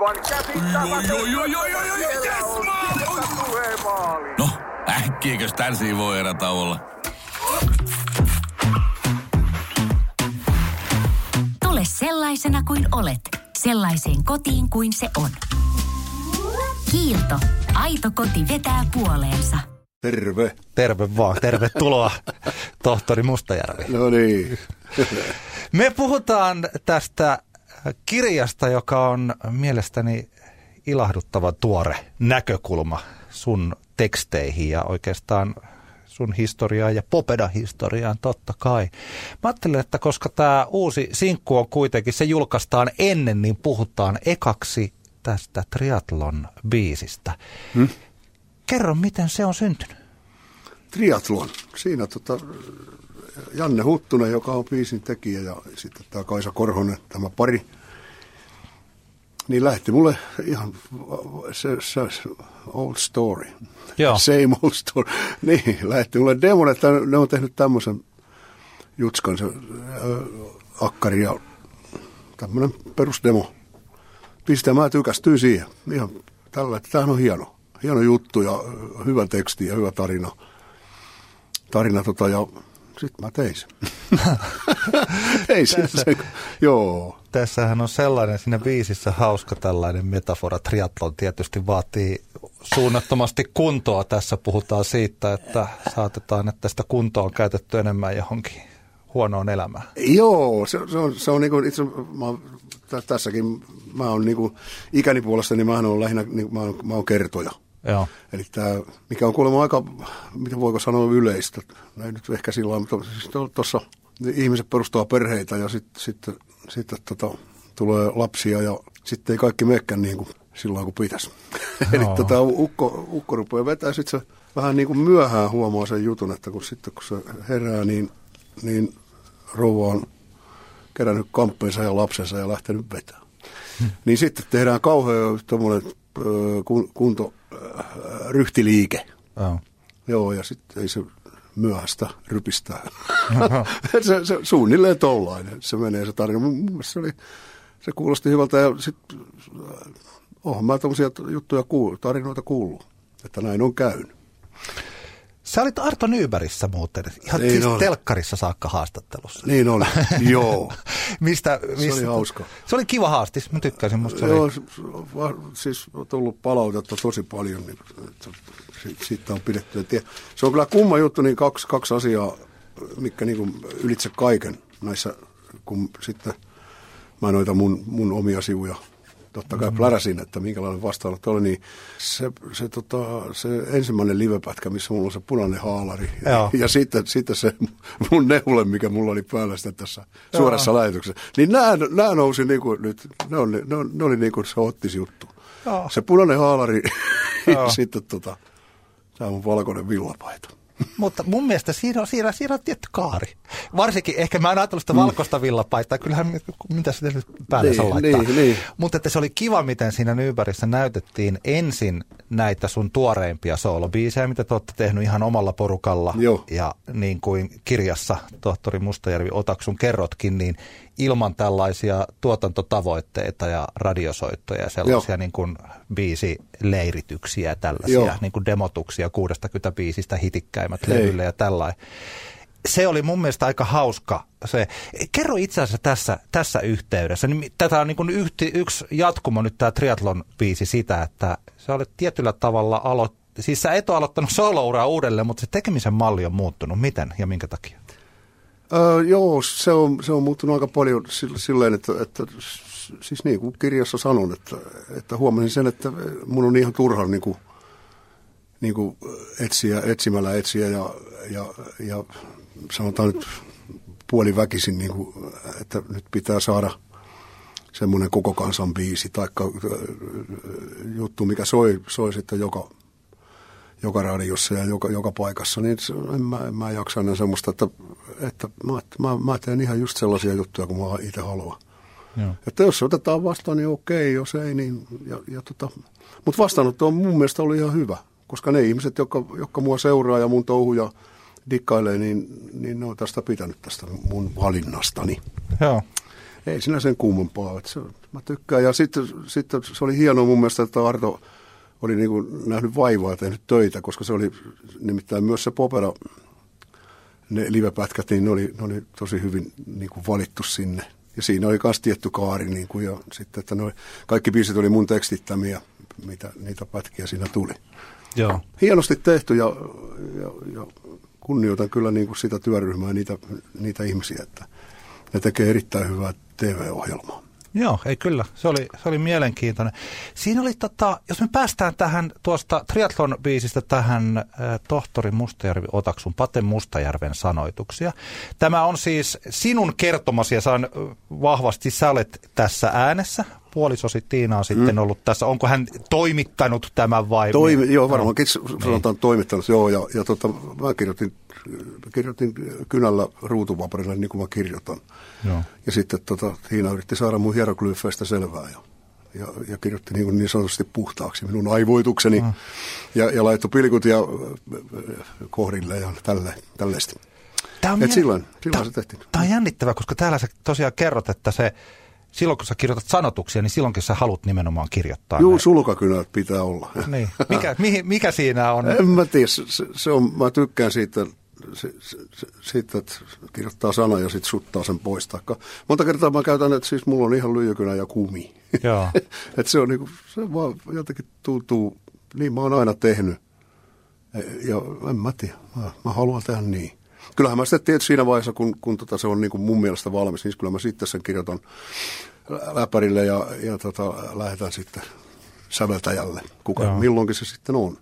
aivan käsittämätöntä. No, äkkiäkös tän voi erätä olla? Tule sellaisena kuin olet, sellaiseen kotiin kuin se on. Kiilto. Aito koti vetää puoleensa. Terve. Terve vaan. Tervetuloa, tohtori Mustajärvi. No niin. Me puhutaan tästä kirjasta, joka on mielestäni ilahduttava tuore näkökulma sun teksteihin ja oikeastaan sun historiaan ja Popeda-historiaan totta kai. Mä ajattelin, että koska tämä uusi sinkku on kuitenkin, se julkaistaan ennen, niin puhutaan ekaksi tästä Triathlon-biisistä. Kerro, miten se on syntynyt? Triathlon. Siinä Janne Huttunen, joka on biisin tekijä, ja sitten tämä Kaisa Korhonen, tämä pari, niin lähti mulle ihan se old story. Joo. Same old story. Niin, lähti mulle demon, että ne on tehnyt tämmöisen jutskan, se akkari ja tämmöinen perusdemo. Pistää, mä tykästyin siihen. Ihan tällä, että tämähän on hieno juttu ja hyvä teksti ja hyvä tarina ja sitten mä tein sen. Joo. Tässähän on sellainen siinä biisissä hauska tällainen metafora. Triathlon tietysti vaatii suunnattomasti kuntoa. Tässä puhutaan siitä, että saatetaan, että sitä kuntoa on käytetty enemmän johonkin huonoon elämään. Joo, se on niin kuin itse, tässäkin mä oon niin kuin ikäni puolesta, niin mä oon lähinnä, niin mä oon kertoja. Joo. Eli tämä, mikä on kuulemma aika, mitä voiko sanoa yleistä, näin nyt ehkä sillä lailla, mutta siis tuossa ihmiset perustaa perheitä ja sitten tulee lapsia ja sitten ei kaikki menekään niin kuin silloin kuin pitäisi. Eli ukko rupeaa vetää, sitten se vähän niin kuin myöhään huomaa sen jutun, että kun se herää, niin rouva on kerännyt kamppeensa ja lapsensa ja lähtenyt vetämään. Niin sitten tehdään kauhean tommoinen ryhtiliike. Joo, ja sitten ei se myöhäistä rypistää. se suunnilleen tollainen. Se menee se tarina. Mun mielestä se kuulosti hyvältä ja sitten oonhan mä tommosia juttuja tarinoita kuullut, että näin on käynyt. Sä olit Arto Nybergissä muuten, ihan niin siis telkkarissa saakka haastattelussa. Niin oli, joo. Mistä, se oli hauska. Se oli kiva haastis, mä tykkäsin. Musta joo, siis on tullut palautetta tosi paljon, niin siitä on pidetty. Se on kyllä kumma juttu, niin kaksi asiaa, mitkä niin kuin ylitse kaiken näissä, kun sitten mä noita mun omia sivuja totta kai pläräsin, että minkälainen vastaanotto oli, niin se ensimmäinen livepätkä, missä mulla on se punainen haalari, ja sitten se mun neule, mikä mulla oli päällä sitten tässä suorassa lähetyksessä, niin nämä nousi niin kuin nyt, ne oli niin kuin se ottis juttu. Joo. Se punainen haalari, ja sitten tämä mun valkoinen villapaita. Mutta mun mielestä siinä on tietty kaari. Varsinkin, ehkä mä en ajatellut sitä valkoista villapaitaa, kyllähän mitä se nyt päälle saa laittaa. Niin. Mutta että se oli kiva, miten siinä Nybergissä näytettiin ensin näitä sun tuoreimpia soolobiisejä, mitä te olette tehnyt ihan omalla porukalla. Joo. Ja niin kuin kirjassa tohtori Mustajärvi Otaksun kerrotkin, niin ilman tällaisia tuotantotavoitteita ja radiosoittoja ja sellaisia niin kuin biisileirityksiä ja tällaisia niin kuin demotuksia 60 biisistä hitikkäimmät levylle ja tällainen. Se oli mun mielestä aika hauska. Kerro itse asiassa tässä yhteydessä. Tätä on niin kuin yksi jatkumo nyt tämä Triathlon-biisi sitä, että sä olet tietyllä tavalla siis sä et ole aloittanut solo-uraa uudelleen, mutta se tekemisen malli on muuttunut. Miten ja minkä takia? Joo, se on muuttunut aika paljon silleen, että siis niin kuin kirjassa sanon, että huomasin sen, että mun on ihan turha niin kuin etsimällä etsiä ja sanotaan nyt puoliväkisin, niin kuin, että nyt pitää saada semmoinen koko kansan biisi tai juttu, mikä soi sitten joka radiossa ja joka paikassa, niin en mä jaksa enää semmoista, että mä teen ihan just sellaisia juttuja, kun mä itse haluan. Joo. Että jos se otetaan vastaan, niin okei, jos ei, niin... Mutta vastaanotto on mun mielestä ollut ihan hyvä, koska ne ihmiset, jotka mua seuraa ja mun touhuja dikkailee, niin ne on tästä pitänyt tästä mun valinnastani. Joo. Ei siinä sen kummempaa, että Mä tykkään. Ja sitten se oli hienoa mun mielestä, että Arto oli niin kuin nähnyt vaivaa ja tehnyt töitä, koska se oli nimittäin myös se Popera, ne livepätkät, niin ne oli tosi hyvin niin kuin valittu sinne. Ja siinä oli myös tietty kaari, niin kuin, ja sitten, että kaikki biisit oli mun tekstittämiä, niitä pätkiä siinä tuli. Joo. Hienosti tehty ja kunnioitan kyllä niin kuin sitä työryhmää ja niitä ihmisiä, että ne tekee erittäin hyvää TV-ohjelmaa. Joo, ei kyllä. Se oli mielenkiintoinen. Siinä oli, jos me päästään tähän tuosta triathlon-biisistä tähän tohtori Mustajärvi Otaksun, Pate Mustajärven sanoituksia. Tämä on siis sinun kertomasi ja vahvasti, sä olet tässä äänessä. Puolisosi Tiina on sitten ollut tässä. Onko hän toimittanut tämän vai? Joo, varmaankin sanotaan toimittanut. Joo, ja mä kirjoitin kynällä ruutupaperilla niin kuin mä kirjoitan. Joo. Ja sitten Tiina yritti saada mun hieroglyfeistä selvää ja kirjoitti niin sanotusti puhtaaksi minun aivoitukseni ja laittoi pilkut ja kohdille ja tälleistä. Silloin se tehtiin. Tämä on jännittävää, koska täällä sä tosiaan kerrot, että silloin kun sä kirjoitat sanotuksia, niin silloinkin sä haluat nimenomaan kirjoittaa. Juu, sulkakynät pitää olla. Niin. Mikä siinä on? En mä tiedä, mä tykkään siitä, että kirjoittaa sana ja sitten suttaa sen pois. Monta kertaa mä käytän, että siis mulla on ihan lyijykynä ja kumi. Joo. Että se on niinku, se vaan jotenkin tuntuu, niin mä oon aina tehnyt. Ja en mä tiedä, mä haluan tehdä niin. Kyllähän mä sitten tietysti siinä vaiheessa, kun se on niinku mun mielestä valmis, niin kyllä mä sitten sen kirjoitan läpärille ja lähetän sitten säveltäjälle, milloinkin se sitten on.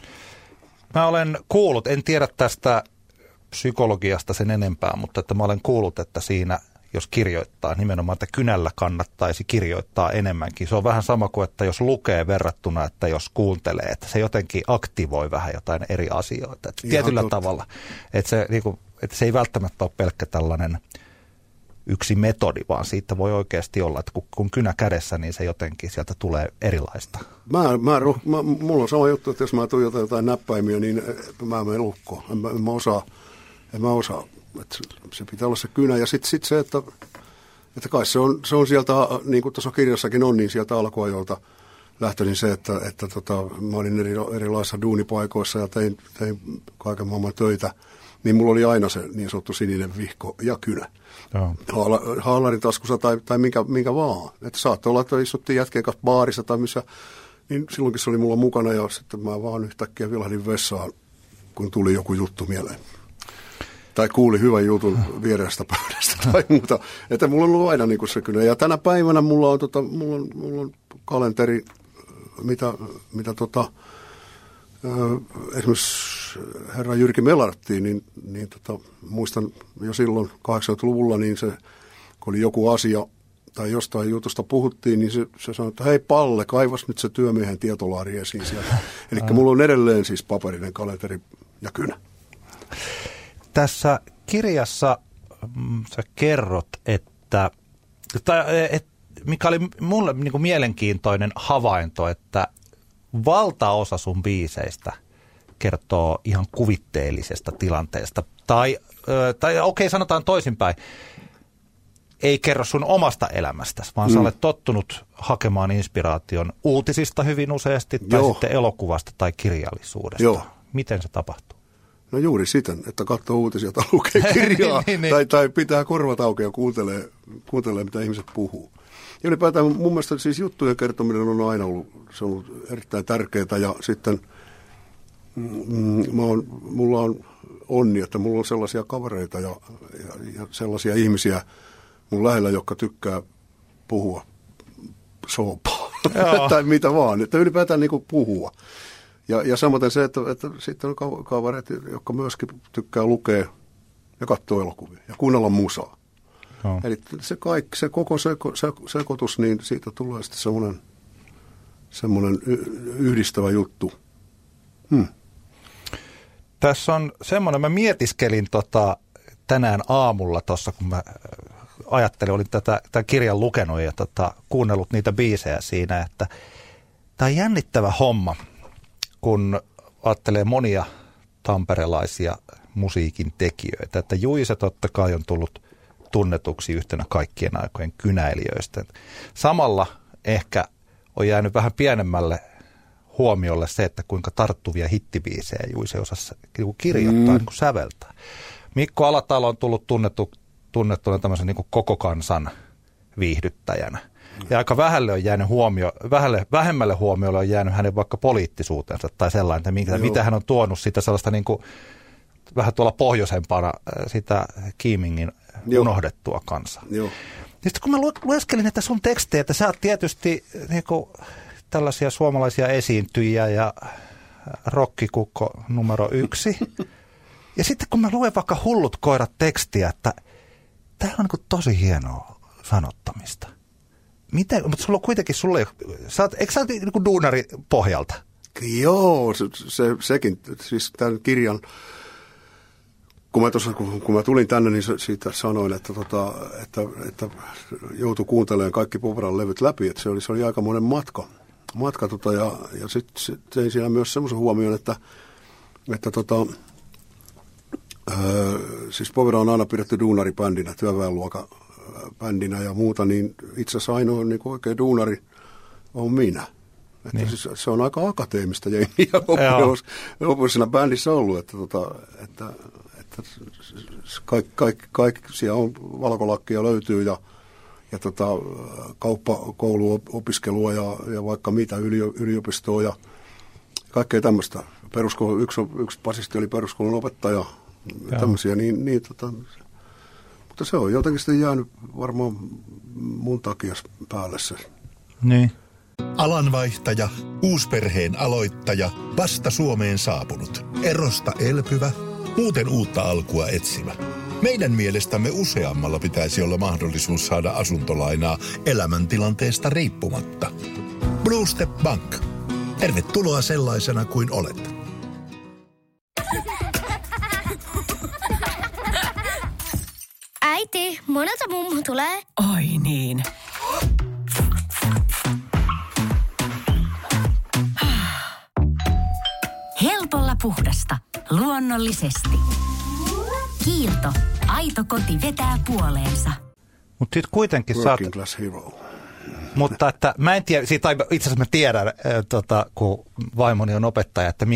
Mä olen kuullut, en tiedä tästä psykologiasta sen enempää, mutta että mä olen kuullut, että siinä, jos kirjoittaa nimenomaan, että kynällä kannattaisi kirjoittaa enemmänkin. Se on vähän sama kuin, että jos lukee verrattuna, että jos kuuntelee, että se jotenkin aktivoi vähän jotain eri asioita. Että tietyllä tavalla, että se ei välttämättä ole pelkkä tällainen yksi metodi, vaan siitä voi oikeasti olla, että kun kynä kädessä, niin se jotenkin sieltä tulee erilaista. Mulla on sama juttu, että jos mä tuijotan jotain näppäimiä, niin mä menen lukkoon. En mä osaa. Että se pitää olla se kynä. Ja sitten se, että kai se on sieltä, niin kuin tuossa kirjassakin on, niin sieltä alkuajoilta lähtöisin se, että mä olin erilaisissa duunipaikoissa ja tein kaiken maailman töitä. Niin mulla oli aina se niin sanottu sininen vihko ja kynä. Haalarin taskussa tai minkä vaan. Että saattoi olla, että istuttiin jätkeen kanssa baarissa tai missä, niin silloinkin se oli mulla mukana ja sitten mä vaan yhtäkkiä vilahdin vessaan, kun tuli joku juttu mieleen. Tai kuuli hyvän jutun vierestä pöydästä tai muuta. Että mulla on ollut aina niin kuin se kynä. Ja tänä päivänä mulla on kalenteri, mitä esimerkiksi herra Jyrki Melarttiin, niin muistan jo silloin 80-luvulla, niin se, kun oli joku asia tai jostain jutusta puhuttiin, niin se sanoi, että hei Palle, kaivas nyt se työmiehen tietolaari esiin sieltä. Eli mulla on edelleen siis paperinen kalenteri ja kynä. Tässä kirjassa sä kerrot, että mikä oli mulle niin kuin mielenkiintoinen havainto, että valtaosa sun biiseistä kertoo ihan kuvitteellisesta tilanteesta. Tai okei, sanotaan toisinpäin. Ei kerro sun omasta elämästäsi, vaan sä olet tottunut hakemaan inspiraation uutisista hyvin useasti, tai sitten elokuvasta tai kirjallisuudesta. Joo. Miten se tapahtuu? No juuri siten, että katsoo uutisia tai lukee kirjaa, tai pitää korvat auki ja kuuntelee, mitä ihmiset puhuu. Ja ylipäätään mun mielestä siis juttujen kertominen on aina ollut erittäin tärkeää, ja sitten mulla on onni, että mulla on sellaisia kavereita ja sellaisia ihmisiä mun lähellä, jotka tykkää puhua soopaa tai mitä vaan, että ylipäätään niin kuin puhua. Ja samaten se, että sitten on kavereita, jotka myöskin tykkää lukea ja katsoa elokuvia ja kuunnella musaa. No. Eli se koko sekoitus, niin siitä tulee sitten semmoinen yhdistävä juttu. Tässä on semmoinen, mä mietiskelin tänään aamulla tuossa, kun mä ajattelin, olin tämän kirjan lukenut ja kuunnellut niitä biisejä siinä, että tämä on jännittävä homma, kun ajattelee monia tamperelaisia musiikin tekijöitä, että Juise totta kai on tullut tunnetuksi yhtenä kaikkien aikojen kynäilijöistä. Samalla ehkä on jäänyt vähän pienemmälle huomiolle se, että kuinka tarttuvia hittibiisejä Juise osasi kirjoittaa, niin kuin säveltää. Mikko Alatalo on tullut tunnettuna tämmöisen niin kuin koko kansan viihdyttäjänä. Ja aika vähemmälle huomiolle on jäänyt hänen vaikka poliittisuutensa tai sellainen, mitä hän on tuonut sitä sellaista niin kuin, vähän tuolla pohjoisempana sitä Kiimingin unohdettua kansaa. Sitten kun mä lueskelin näitä sun tekstejä, että sä oot tietysti niin kuin, tällaisia suomalaisia esiintyjiä ja rokkikukko numero 1. Ja sitten kun mä luen vaikka Hullut koirat -tekstiä, että tää on niin tosi hienoa sanottamista. Mutta sulla on kuitenkin, eikö sä oot niin duunari pohjalta? Joo, sekin, siis tämän kirjan, kun mä tulin tänne, niin siitä sanoin, että joutui kuuntelemaan kaikki Poveran levyt läpi, että se oli aikamoinen matka ja sitten tein siinä myös semmoisen huomioon, että siis Povera on aina pidetty duunaribändinä, työväenluokan bändinä ja muuta, niin itse asiassa ainoa niin oikein duunari on minä. Että niin. Siis se on aika akateemista jengiä lopullisena bändissä ollut, että kaikki siellä on valkolakkia löytyy ja kauppakouluopiskelua ja vaikka mitä yliopistoa ja kaikkea tämmöistä. Yksi basisti oli peruskoulun opettaja ja tämmöisiä, mutta se on jotenkin sitten jäänyt varmaan mun takia päälle se. Niin. Alanvaihtaja, uusperheen aloittaja, vasta Suomeen saapunut, erosta elpyvä, muuten uutta alkua etsimä. Meidän mielestämme useammalla pitäisi olla mahdollisuus saada asuntolainaa elämäntilanteesta riippumatta. Blue Step Bank. Tervetuloa sellaisena kuin olet. Äiti, monelta mummu tulee? Oi niin. Helpolla puhdasta. Luonnollisesti. Kiilto. Aito koti vetää puoleensa. Mutta sitten kuitenkin Working class hero. Mutta että mä en tiedä, itse asiassa mä tiedän, kun vaimoni on opettaja, että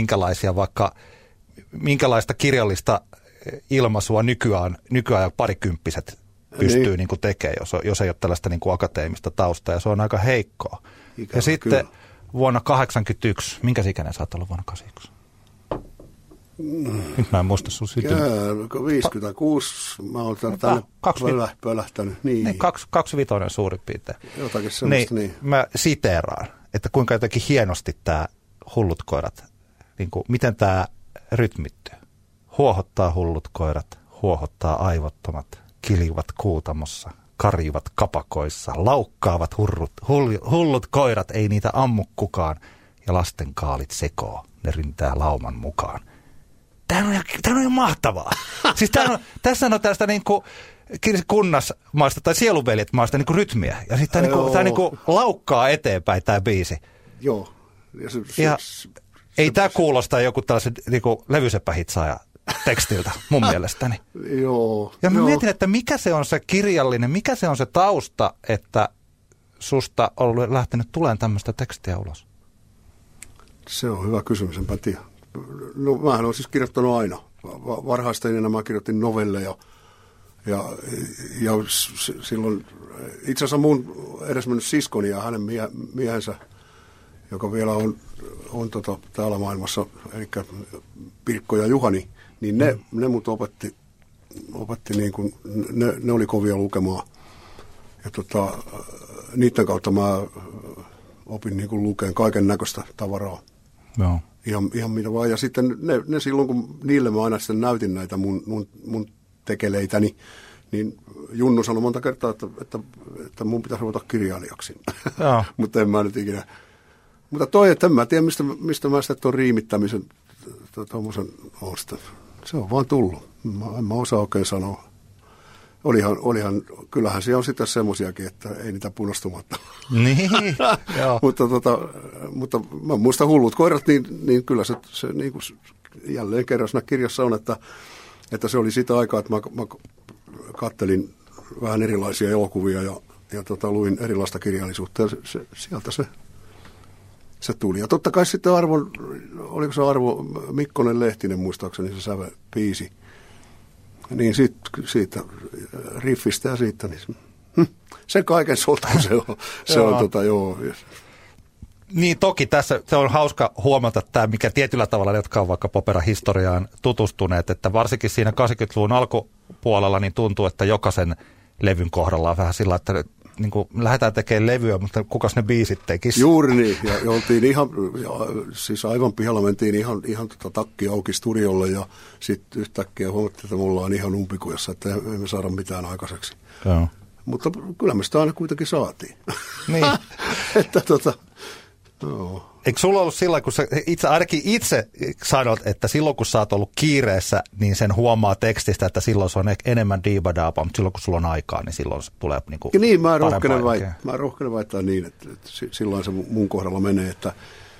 minkälaista kirjallista ilmaisua nykyään parikymppiset pystyy niin kuin tekemään, jos ei ole tällaista niin kuin akateemista taustaa, ja se on aika heikkoa. Ikävä, ja sitten kyllä. Vuonna 1981, minkä ikäinen sä oot ollut vuonna 1981? Nyt mä en muista sun syntymää. 56, mä oon tänne pölähtänyt. Niin. 25 suurin piirtein. Jotakin semmoista, niin. Mä siteeraan, että kuinka jotenkin hienosti tämä Hullut koirat, niin kuin, miten tämä rytmittyy. Huohottaa hullut koirat, huohottaa aivottomat, kiljuvat kuutamossa, karjuvat kapakoissa, laukkaavat hullut koirat, ei niitä ammu kukaan, ja lasten kaalit sekoo, ne ryntää lauman mukaan. Tämä on ihan mahtavaa. Siis tässä on tästä niinku kunnasmaista tai sielunveljet-maista niinku rytmiä, ja sitten tämä niinku laukkaa eteenpäin tämä biisi. Joo. Ja ei tämä kuulosta joku tällaisen niinku levysepähitsaaja tekstiltä mun mielestäni. Joo. Ja mä mietin, että mikä se on se kirjallinen, mikä se on se tausta, että susta on lähtenyt tulemaan tämmöistä tekstiä ulos? Se on hyvä kysymys, enpä tiedä. No mähän olen siis kirjoittanut aina. Varhaisteinina mä kirjoitin novelleja ja silloin itse asiassa mun edesmennyt siskoni ja hänen miehensä, joka vielä on täällä maailmassa, eli Pirkko ja Juhani, niin ne mut opetti niin kuin, ne oli kovia lukemaan. Ja niiden kautta mä opin niin kuin lukeen kaiken näköistä tavaraa. Joo. Ihan mitä vaan. Ja sitten ne silloin, kun niille mä aina sitten näytin näitä mun tekeleitäni, niin Junnu sanoi monta kertaa, että mun pitäisi ruveta kirjailijaksi. Mutta en mä nyt ikinä. Mutta että en mä tiedä, mistä mä sitten tuon riimittämisen tuommoisen ostan. Se on vaan tullut. En mä osaa oikein sanoa. Olihan, kyllähän siellä on sitten semmoisiakin, että ei niitä punostumatta. Niin, joo. mutta mä muistan Hullut koirat, niin kyllä se niin kuin jälleen kerran siinä kirjassa on, että se oli sitä aikaa, että mä kattelin vähän erilaisia elokuvia ja luin erilaista kirjallisuutta ja sieltä se tuli. Ja totta kai sitten oliko se Arvo Mikkonen Lehtinen muistaakseni se sävebiisi, niin siitä riffistä ja siitä, niin sen kaiken sotku se on joo. Niin toki tässä se on hauska huomata tämä, mikä tietyllä tavalla, jotka on vaikka Popera-historiaan tutustuneet, että varsinkin siinä 80-luvun alkupuolella niin tuntuu, että jokaisen levyn kohdalla on vähän sillä, että niin kuin lähdetään tekemään levyä, mutta kukas ne biisit tekisi? Juuri niin, ja oltiin siis aivan pihalla mentiin ihan takki auki studiolle ja sitten yhtäkkiä huomattiin, että mulla on ihan umpikujassa, että emme saada mitään aikaiseksi. Joo. Mutta kyllä me sitä aina kuitenkin saatiin. Niin. Että no. Eikö sulla ollut sillä, kun sä ainakin itse sanot, että silloin kun sä oot ollut kiireessä, niin sen huomaa tekstistä, että silloin se on enemmän diibadaapa, mutta silloin kun sulla on aikaa, niin silloin se tulee niinku niin, mä rohkenen väittää niin, että silloin se mun kohdalla menee, että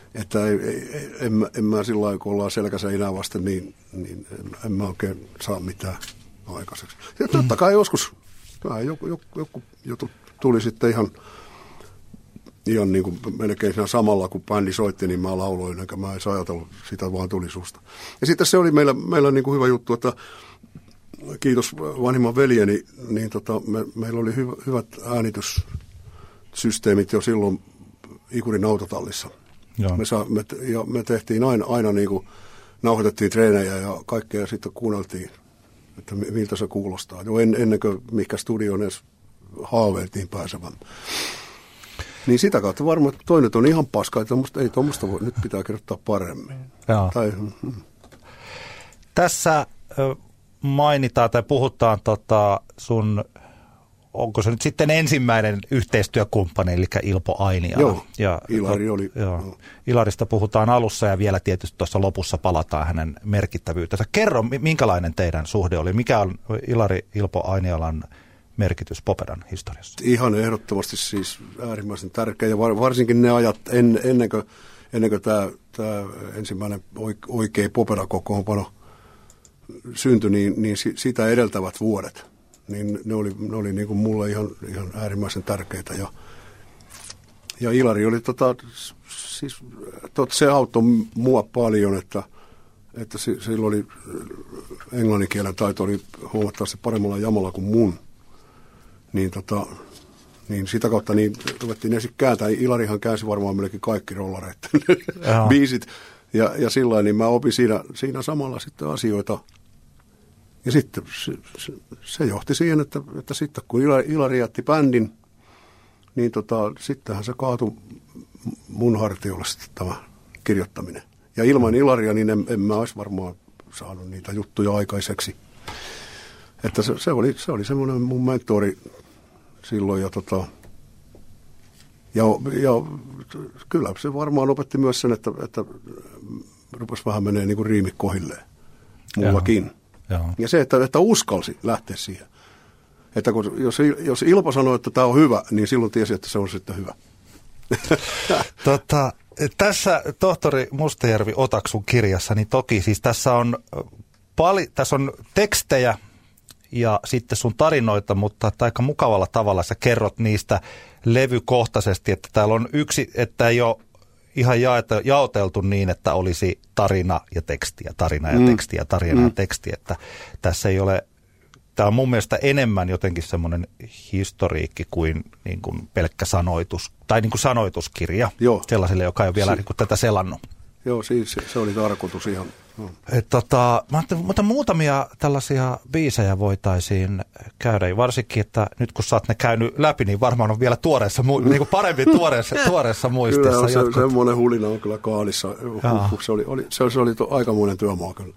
en mä silloin, kun ollaan selkäseinää vasten, niin en mä oikein saa mitään aikaiseksi. Ja totta kai joskus joku juttu tuli sitten ihan niin kuin melkein siinä samalla, kun bändi soitti, niin mä lauloin, enkä mä en ajatellut, sitä vaan tuli susta. Ja sitten se oli meillä niin kuin hyvä juttu, että kiitos vanhimman veljeni, niin meillä oli hyvät äänityssysteemit jo silloin Ikurin autotallissa. Me tehtiin aina niin kuin nauhoitettiin treenejä ja kaikkea ja sitten kuunneltiin, että miltä se kuulostaa. Jo ennen kuin mikä studioon edes haaveiltiin pääsevän. Niin sitä kautta varmaan toinen on ihan paska, että ei tuommoista voi, nyt pitää kirjoittaa paremmin. Tässä mainitaan tai puhutaan sun, onko se nyt sitten ensimmäinen yhteistyökumppani, eli Ilpo Ainiala. Joo, ja Ilari oli. Joo. Ilarista puhutaan alussa ja vielä tietysti tuossa lopussa palataan hänen merkittävyytensä. Kerro, minkälainen teidän suhde oli? Mikä on Ilpo Ainialan merkitys Poperan historiassa? Ihan ehdottomasti siis äärimmäisen tärkeä ja varsinkin ne ajat ennen kuin tämä ensimmäinen oikea Popera-kokoonpano syntyi, niin sitä edeltävät vuodet, niin ne oli niin kuin mulle ihan äärimmäisen tärkeitä ja Ilari oli se auttoi mua paljon, että sillä oli englanninkielen taito oli huomattavasti paremmalla jamalla kuin mun. Niin sitä kautta niin ruvettiin ensin kääntää. Ilarihan käänsi varmaan melkein kaikki rollareiden biisit. Ja sillain niin mä opin siinä samalla sitten asioita. Ja sitten se johti siihen, että sitten kun Ilari jätti bändin, niin sittenhän se kaatui mun hartiolle sitten tämä kirjoittaminen. Ja ilman Ilaria niin en mä olisi varmaan saanut niitä juttuja aikaiseksi. Että se oli semmoinen mun mentori silloin ja kyllä se varmaan opetti myös sen, että rupesi vähän menee niin kuin riimit kohilleen mullakin. Ja se, että uskalsi lähteä siihen. Että jos Ilpo sanoo, että tämä on hyvä, niin silloin tiesi, että se on sitten hyvä. Tässä tohtori Mustajärvi Otaksun kirjassa, niin toki siis tässä on tekstejä ja sitten sun tarinoita, mutta aika mukavalla tavalla sä kerrot niistä levykohtaisesti, että täällä on että ei ole ihan jaoteltu niin, että olisi tarina ja teksti ja tarina ja teksti ja tarina ja teksti, että tässä ei ole, tämä on mun mielestä enemmän jotenkin semmoinen historiikki kuin, niin kuin pelkkä sanoitus, tai niin kuin sanoituskirja. Joo. Sellaiselle, joka ei ole vielä niin kuin tätä selannut. Joo, siis se oli tarkoitus ihan. Mutta muutamia tällaisia biisejä voitaisiin käydä, varsinkin, että nyt kun sä oot ne käynyt läpi, niin varmaan on vielä tuoreessa, niin kuin paremmin tuoreessa muistissa. Kyllä semmoinen hulina on kyllä kaalissa. Se oli aikamoinen työmaa kyllä.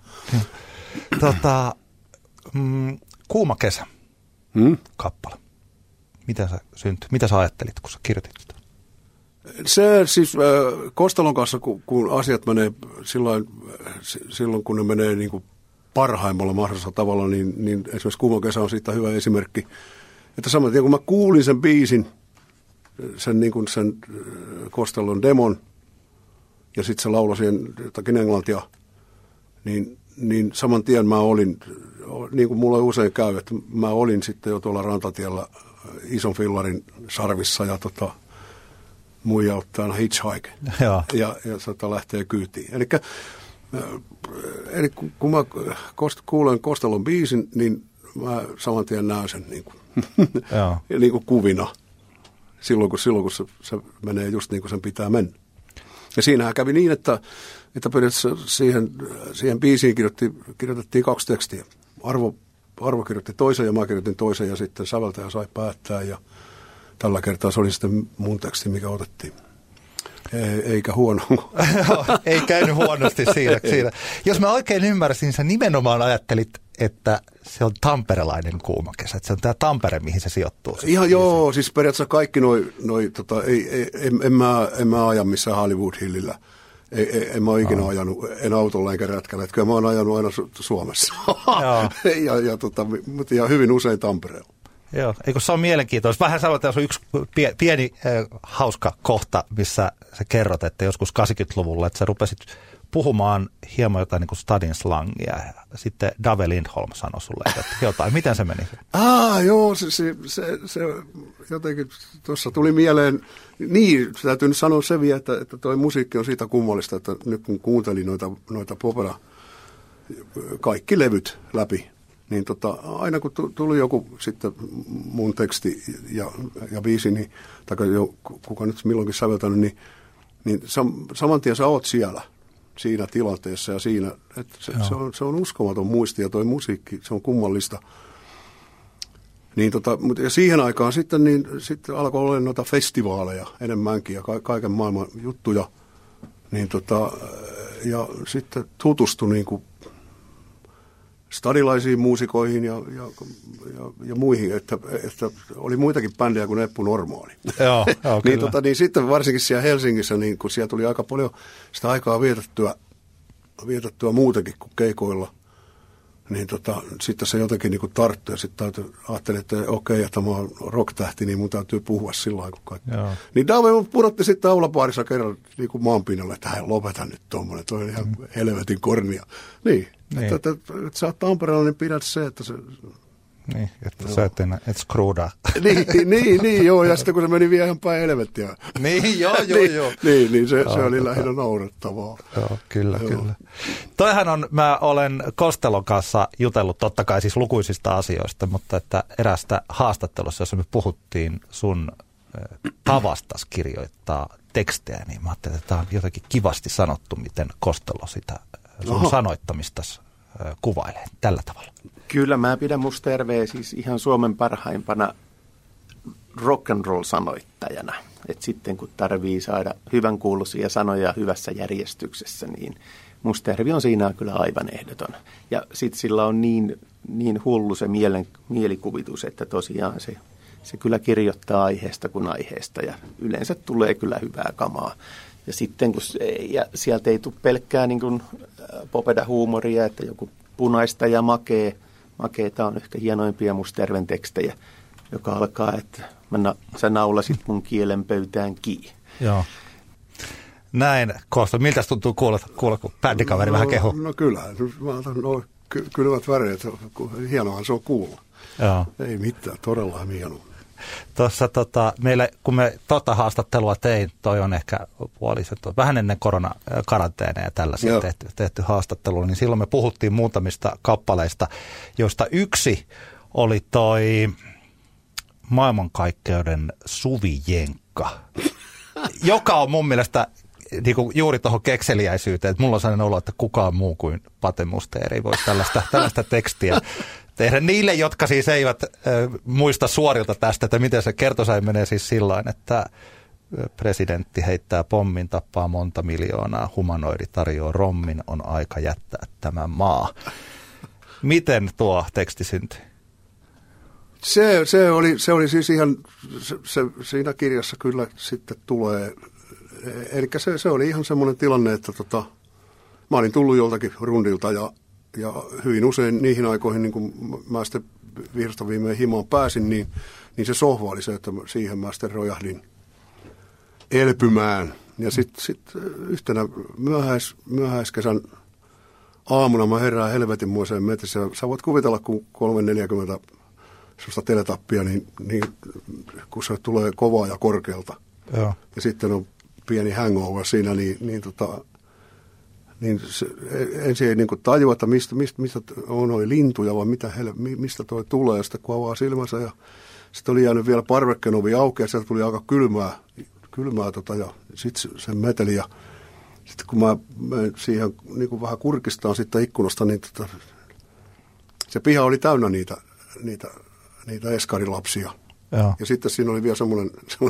Kuuma kesä kappale. Mitä sä ajattelit, kun sä kirjoitit sitä? Se siis Kostalon kanssa, kun asiat menee silloin, kun ne menee niin kuin parhaimmalla mahdollisella tavalla, niin esimerkiksi Kuuma kesä on siitä hyvä esimerkki. Että saman tien, kun mä kuulin sen biisin, sen Kostalon demon, ja sitten se lauloi siihen jotakin englantia, niin saman tien mä olin niin kuin mulla usein käy, että mä olin sitten jo tuolla rantatiellä ison fillarin sarvissa ja muija ottaa aina hitchhike ja lähtee kyytiin. Eli kun mä kuulen Kostelon biisin, niin mä saman tien näen sen niin kuin kuvina silloin kun se menee just niin kuin sen pitää mennä. Ja siinähän kävi niin, että periaatteessa siihen biisiin kirjoitettiin 2 tekstiä. Arvo kirjoitti toisen ja mä kirjoitin toisen ja sitten säveltäjä sai päättää ja tällä kertaa se oli sitten mun teksti, mikä otettiin. Eikä huono. Ei käynyt huonosti siinä. Jos mä oikein ymmärsin, sä nimenomaan ajattelit, että se on tamperelainen kuuma kesä. Että se on tämä Tampere, mihin se sijoittuu. Ihan joo, siis periaatteessa kaikki en mä aja missään Hollywood Hillillä. En mä ole ikinä ajanut, en autolla enkä rätkällä. Kyllä mä oon ajanut aina Suomessa. ja hyvin usein Tampereella. Joo, eikö se on mielenkiintoista. Vähän sanotaan, että on yksi pieni hauska kohta, missä sä kerrot, että joskus 80-luvulla, että sä rupesit puhumaan hieman jotain niin kuin stadin slangia. Ja sitten Dave Lindholm sanoi sulle, että jotain. Miten se meni? Joo, se jotenkin tuossa tuli mieleen. Niin, täytyy nyt sanoa se vielä, että toi musiikki on siitä kummallista, että nyt kun kuuntelin noita popera, kaikki levyt läpi, niin aina kun tuli joku sitten mun teksti ja biisi, niin, tai kuka nyt milloinkin säveltänyt, niin saman tien sä oot siellä siinä tilanteessa ja siinä, että se on uskomaton muisti ja toi musiikki, se on kummallista. Niin ja siihen aikaan sitten alkoi olla noita festivaaleja enemmänkin ja kaiken maailman juttuja, niin ja sitten tutustui niin kuin stadilaisiin muusikoihin ja muihin, että oli muitakin bändejä kuin Eppu Normaali. Joo, niin sitten varsinkin siellä Helsingissä, niin kun siellä tuli aika paljon sitä aikaa vietettyä muutenkin kuin keikoilla, niin sitten se jotenkin niin kuin tarttui ja sitten ajattelin, että okei, että mä oon rock-tähti, niin mun täytyy puhua sillä lailla kuin kaikki. Joo. Niin Dave pudotti sitten aulapaarissa kerran niin kuin maanpinnalle, että hän lopeta nyt tuommoinen, toi on ihan helvetin kornia. Niin. Että sä oot Tampereella, niin pidät se, että se... Niin, että sä et skruudaa. Niin, joo, ja sitten kun se meni vielä ihan päin helvettiä. Niin, joo. Niin, se oli lähinnä naurettavaa. Joo, kyllä. Toihan on, mä olen Kostelon kanssa jutellut totta kai siis lukuisista asioista, mutta että erästä haastattelussa, jossa me puhuttiin sun tavastas kirjoittaa tekstejä, niin mä ajattelin, että tämä on jotenkin kivasti sanottu, miten Kostelo sitä sun sanoittamista kuvailee tällä tavalla. Kyllä, mä pidän Musterveä siis ihan Suomen parhaimpana rock'n'roll-sanoittajana. Et sitten kun tarvii saada hyvän kuuluisia sanoja hyvässä järjestyksessä, niin Mustervi on siinä kyllä aivan ehdoton. Ja sitten sillä on niin hullu se mielikuvitus, että tosiaan se kyllä kirjoittaa aiheesta kuin aiheesta ja yleensä tulee kyllä hyvää kamaa. Ja sitten kun sieltä ei tule pelkkää niin kuin popeda-huumoria, että joku punaista ja makeeta on ehkä hienoimpia Musterven tekstejä, joka alkaa, että sä naulasit mun kielen pöytään kiinni. Joo. Näin, Kosta. Miltä tuntuu kuulla kun bändikaveri vähän kehuu? No kyllähän. Kylmät väreet. Hienohan se on kuulla. Joo. Ei mitään, todella hienoa. Tuossa meille, kun me haastattelua tein, toi on ehkä vähän ennen koronakaranteenia ja tällaisia tehty haastattelu, niin silloin me puhuttiin muutamista kappaleista, joista yksi oli toi maailmankaikkeuden Suvi-jenkka, joka on mun mielestä niin kuin juuri tuohon kekseliäisyyteen, että mulla on sellainen olo, että kukaan muu kuin Pate Muster ei voi tällaista tekstiä tehdä. Niille, jotka siis eivät muista suorilta tästä, että miten se kertosäin menee siis sillain, että presidentti heittää pommin, tappaa monta miljoonaa, humanoidi tarjoaa rommin, on aika jättää tämä maa. Miten tuo teksti syntyi? Se oli siis ihan, siinä kirjassa kyllä sitten tulee, eli se oli ihan semmoinen tilanne, että mä olin tullut joltakin rundilta ja hyvin usein niihin aikoihin, niin kun mä sitten vihdosta viimein himaan pääsin, niin se sohva oli se, että siihen mä sitten rojahdin elpymään. Ja sitten yhtenä myöhäiskesän aamuna mä herään helvetinmoiseen metrissä. Sä voit kuvitella, kun 340 sellaista teletappia, niin kun se tulee kovaa ja korkealta. Joo. Ja sitten on pieni hangover siinä, niin ensin ei niin tajua, että mistä on noin lintuja vai mistä toi tulee. Ja sitten kun avaa silmänsä ja sitten oli jäänyt vielä parvekkeen ovi auki ja sieltä tuli aika kylmää ja sitten se meteli. Ja sitten kun mä siihen niin vähän kurkistaan sitten ikkunasta, niin se piha oli täynnä niitä eskarilapsia. Joo. Ja sitten siinä oli vielä semmoinen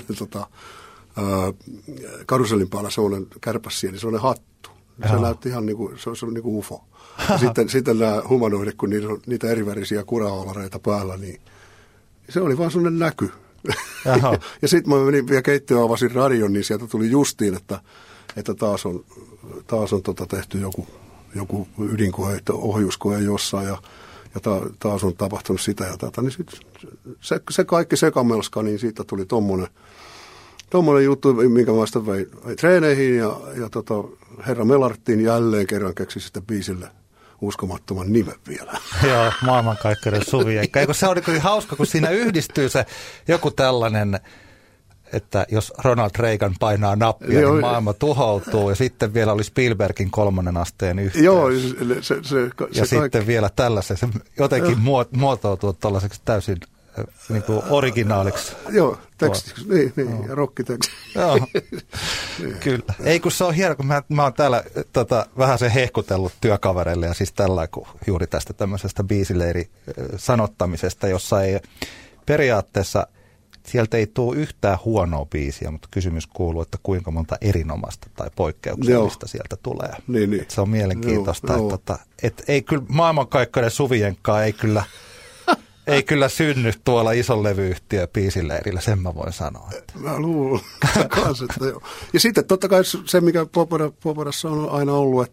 karusellin päällä semmoinen kärpässieni, semmoinen hattu. Se näytti ihan niin kuin, se oli niin kuin UFO. Ja sitten nämä humanoidit, kun niitä erivärisiä kuraolareita päällä, niin se oli vaan semmoinen näky. Ja sitten mä menin vielä keittiöön, avasin radion, niin sieltä tuli justiin, että taas on tehty joku ydinkoe, ohjuskoe jossain ja taas on tapahtunut sitä ja tätä. Niin se kaikki sekamelska, niin siitä tuli tommonen juttu, minkä mä sitten vein treeneihin ja herra Melartin jälleen kerran keksi sitä biisille uskomattoman nimen vielä. Joo, maailmankaikkeuden Suvi-Eikka. Eikö se on niin hauska, kun siinä yhdistyy se joku tällainen, että jos Ronald Reagan painaa nappia, niin maailma tuhoutuu ja sitten vielä oli Spielbergin 3. asteen yhteys. Joo, ja sitten vielä tällaisen, se jotenkin muotoutuu tällaiseksi täysin niin kuin originaaliksi. Joo, tekstiksi, niin, ja rokkiteksti. Joo, kyllä. Ei kun se on hieno, kun mä oon täällä vähän se hehkutellut työkavereille ja siis tällä kun juuri tästä tämmöisestä biisileiri sanottamisesta, jossa ei periaatteessa, sieltä ei tule yhtään huonoa biisiä, mutta kysymys kuuluu, että kuinka monta erinomaista tai poikkeuksellista sieltä tulee. Niin. Että se on mielenkiintoista, että ei kyllä maailmankaikkeuden Suvi-Enkkaa ei kyllä synny tuolla ison levyyhtiö biisileirillä, sen mä voin sanoa. Että. Mä luulen kanssa, että joo. Ja sitten totta kai se, mikä Poperassa on aina ollut,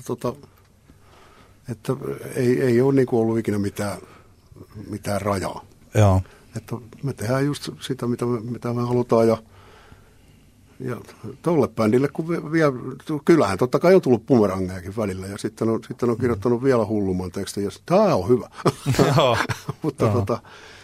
että ei ole niinku ollut ikinä mitään rajaa. Joo. Että me tehdään just sitä, mitä me halutaan ja tolle bändille, kun vielä, kyllähän totta kai on tullut bumerangejakin välillä ja sitten on kirjoittanut vielä hullumman tekstin ja tämä on hyvä. Mutta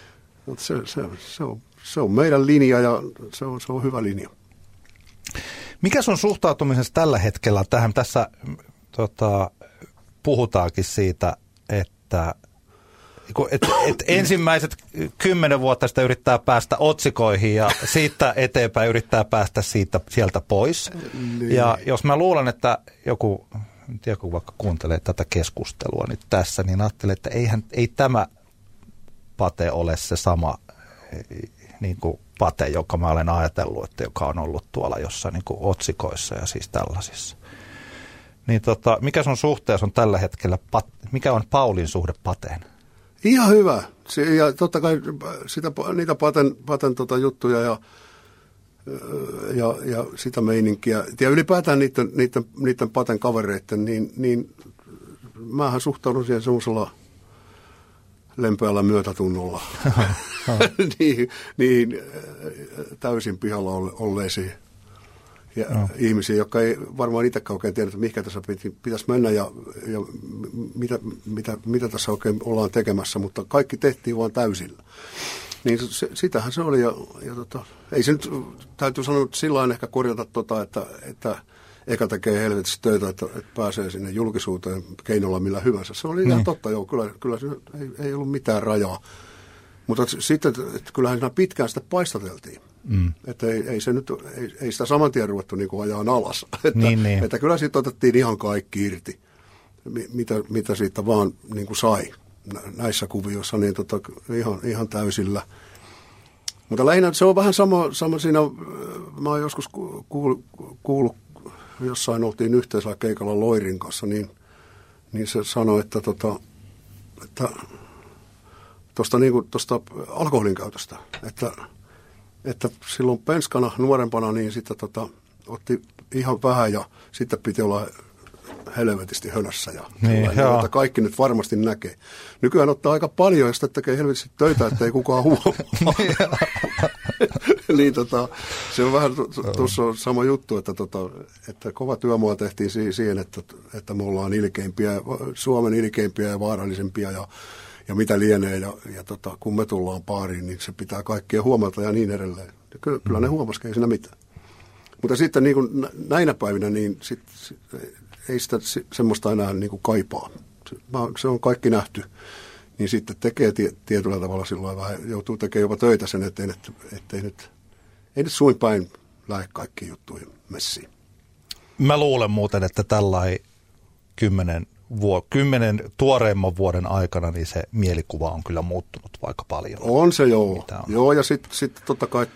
se on meidän linja ja se on hyvä linja. Mikä sun suhtautumisessa tällä hetkellä tähän? Tässä puhutaankin siitä, että ensimmäiset 10 vuotta sitä yrittää päästä otsikoihin ja siitä eteenpäin yrittää päästä sieltä pois. Niin. Ja jos mä luulen, että joku vaikka kuuntelee tätä keskustelua nyt tässä, niin ajattelee, että ei tämä Pate ole se sama niin kuin Pate, joka mä olen ajatellut, että joka on ollut tuolla jossain niin kuin otsikoissa ja siis tällaisissa. Niin mikä sun suhteessa on tällä hetkellä, mikä on Paulin suhde Pateen? Ihan hyvä. Ja totta kai niitä Paten juttuja ja sitä meininkiä. Ja ylipäätään niiden Paten kavereiden, niin mähän suhtaudun siihen semmoisella lempeällä myötätunnolla. niin täysin pihalla olleisiin ihmisiä, jotka ei varmaan itsekään oikein tiedä, että mihinkä tässä pitäisi mennä ja mitä tässä oikein ollaan tekemässä, mutta kaikki tehtiin vaan täysillä. Niin sitähän se oli ja ei se nyt, täytyy sanoa, että sillä ehkä korjata että eka tekee helvetissä töitä, että pääsee sinne julkisuuteen keinolla millä hyvänsä. Se oli ihan totta, joo, kyllä se ei ollut mitään rajaa. Mutta sitten, että kyllähän siinä pitkään sitä paistateltiin. Että ei sitä saman tien ruvettu niin kuin ajaan alas. Että kyllä siitä otettiin ihan kaikki irti, mitä siitä vaan niin kuin sai näissä kuvioissa, niin ihan täysillä. Mutta lähinnä se on vähän sama siinä, mä oon joskus kuullut, jossain oltiin yhteisellä keikalla Loirin kanssa, niin se sanoi, että tuosta alkoholin käytöstä, että silloin penskana, nuorempana, niin sitten otti ihan vähän ja sitten piti olla helvetisti hönässä ja jota kaikki nyt varmasti näkee. Nykyään ottaa aika paljon ja sitten tekee helvetisti töitä, että ei kukaan huomaa. niin se on vähän tuossa sama juttu, että kova työmaa tehtiin siihen, että me ollaan Suomen ilkeimpiä ja vaarallisempia ja mitä lienee. Ja kun me tullaan baariin, niin se pitää kaikkia huomata ja niin edelleen. Ja kyllä ne huomasikin, ei siinä mitään. Mutta sitten niin kuin näinä päivinä, niin ei sitä semmoista enää niin kuin kaipaa. Se on kaikki nähty. Niin sitten tekee tietyllä tavalla silloin vähän, joutuu tekemään jopa töitä sen eteen, ettei nyt suin päin lähde kaikkiin juttuihin messiin. Mä luulen muuten, että tällainen 10 tuoreimman vuoden aikana niin se mielikuva on kyllä muuttunut vaikka paljon. On se joo. Joo, ja sitten totta kai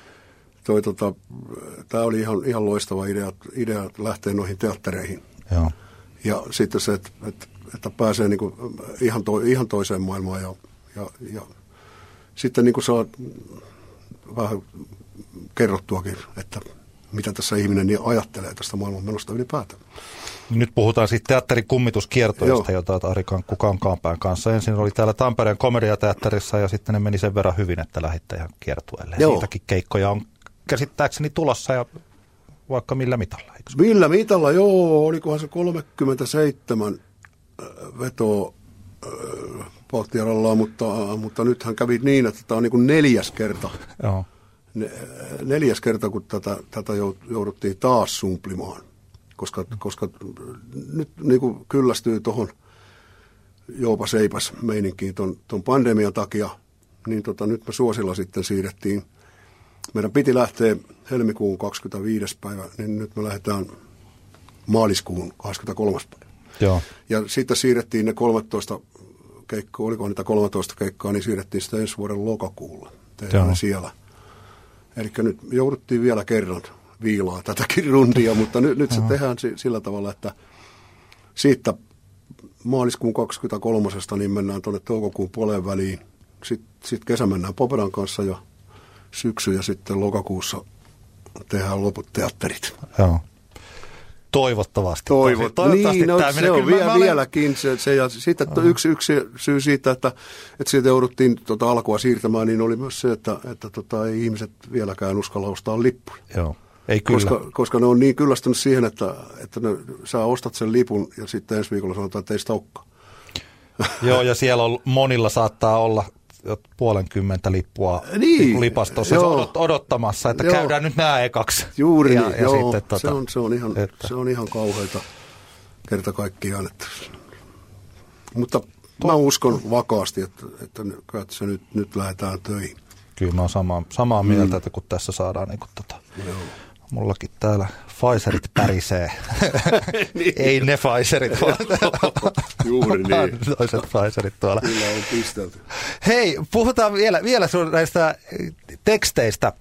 tämä oli ihan loistava idea lähteä noihin teattereihin. Joo. Ja sitten se, että pääsee niinku ihan toiseen maailmaan ja sitten niinku saa vähän kerrottuakin, että mitä tässä ihminen niin ajattelee tästä maailmanmenosta ylipäätään. Nyt puhutaan siitä teatterin kummituskiertoista, jota Ari Kankaanpään kanssa. Ensin oli täällä Tampereen komediateatterissa ja sitten ne meni sen verran hyvin, että lähditte ihan kiertueelle. Siitäkin keikkoja on käsittääkseni tulossa ja vaikka millä mitalla. Millä mitalla, joo. Olikohan se 37 vetoa Pohtiarallaan, mutta nythän kävi niin, että tämä on niin kuin 4. kerta. Joo. 4. kerta, kun tätä jouduttiin taas sumplimaan. Koska nyt niin kuin kyllästyy tuohon joopa seipäs meininkiin ton pandemian takia, niin nyt me Suosilla sitten siirrettiin. Meidän piti lähteä helmikuun 25. päivä, niin nyt me lähdetään maaliskuun 23. päivä. Joo. Ja sitten siirrettiin ne 13 keikkoa, oliko niitä 13 keikkaa, niin siirrettiin sitä ensi vuoden lokakuulla. Tehdään ne siellä. Eli nyt jouduttiin vielä kerran viilaa tätäkin rundia, mutta nyt se tehdään sillä tavalla, että siitä maaliskuun 23. niin mennään tuonne toukokuun puoleen väliin. Sitten kesä mennään Popedan kanssa ja syksy ja sitten lokakuussa tehdään loput teatterit. Joo. Toivottavasti. Niin, se on vieläkin. Ja sitten yksi syy siitä, että siitä jouduttiin alkua siirtämään, niin oli myös se, että ei ihmiset vieläkään uskalla ostaa lippuja. Joo. Ei kyllä. Koska ne on niin kyllästynyt siihen, että sä ostat sen lipun ja sitten ensi viikolla sanotaan, että ei sitä olekaan. Joo, ja siellä monilla saattaa olla 50 lippua lipastossa odottamassa, että käydään nyt nämä ekaksi. Juuri niin, joo. Sitten, se on ihan kauheita kerta kaikkiaan. Mutta mä uskon vakaasti, että se nyt lähdetään töihin. Kyllä mä oon samaa mieltä, että kun tässä saadaan niin mullakin täällä Pfizerit pärisee. Niin. Ei ne Pfizerit, vaan juuri niin. Toiset Pfizerit tuolla. Kyllä on pistelty. Hei, puhutaan vielä näistä teksteistä.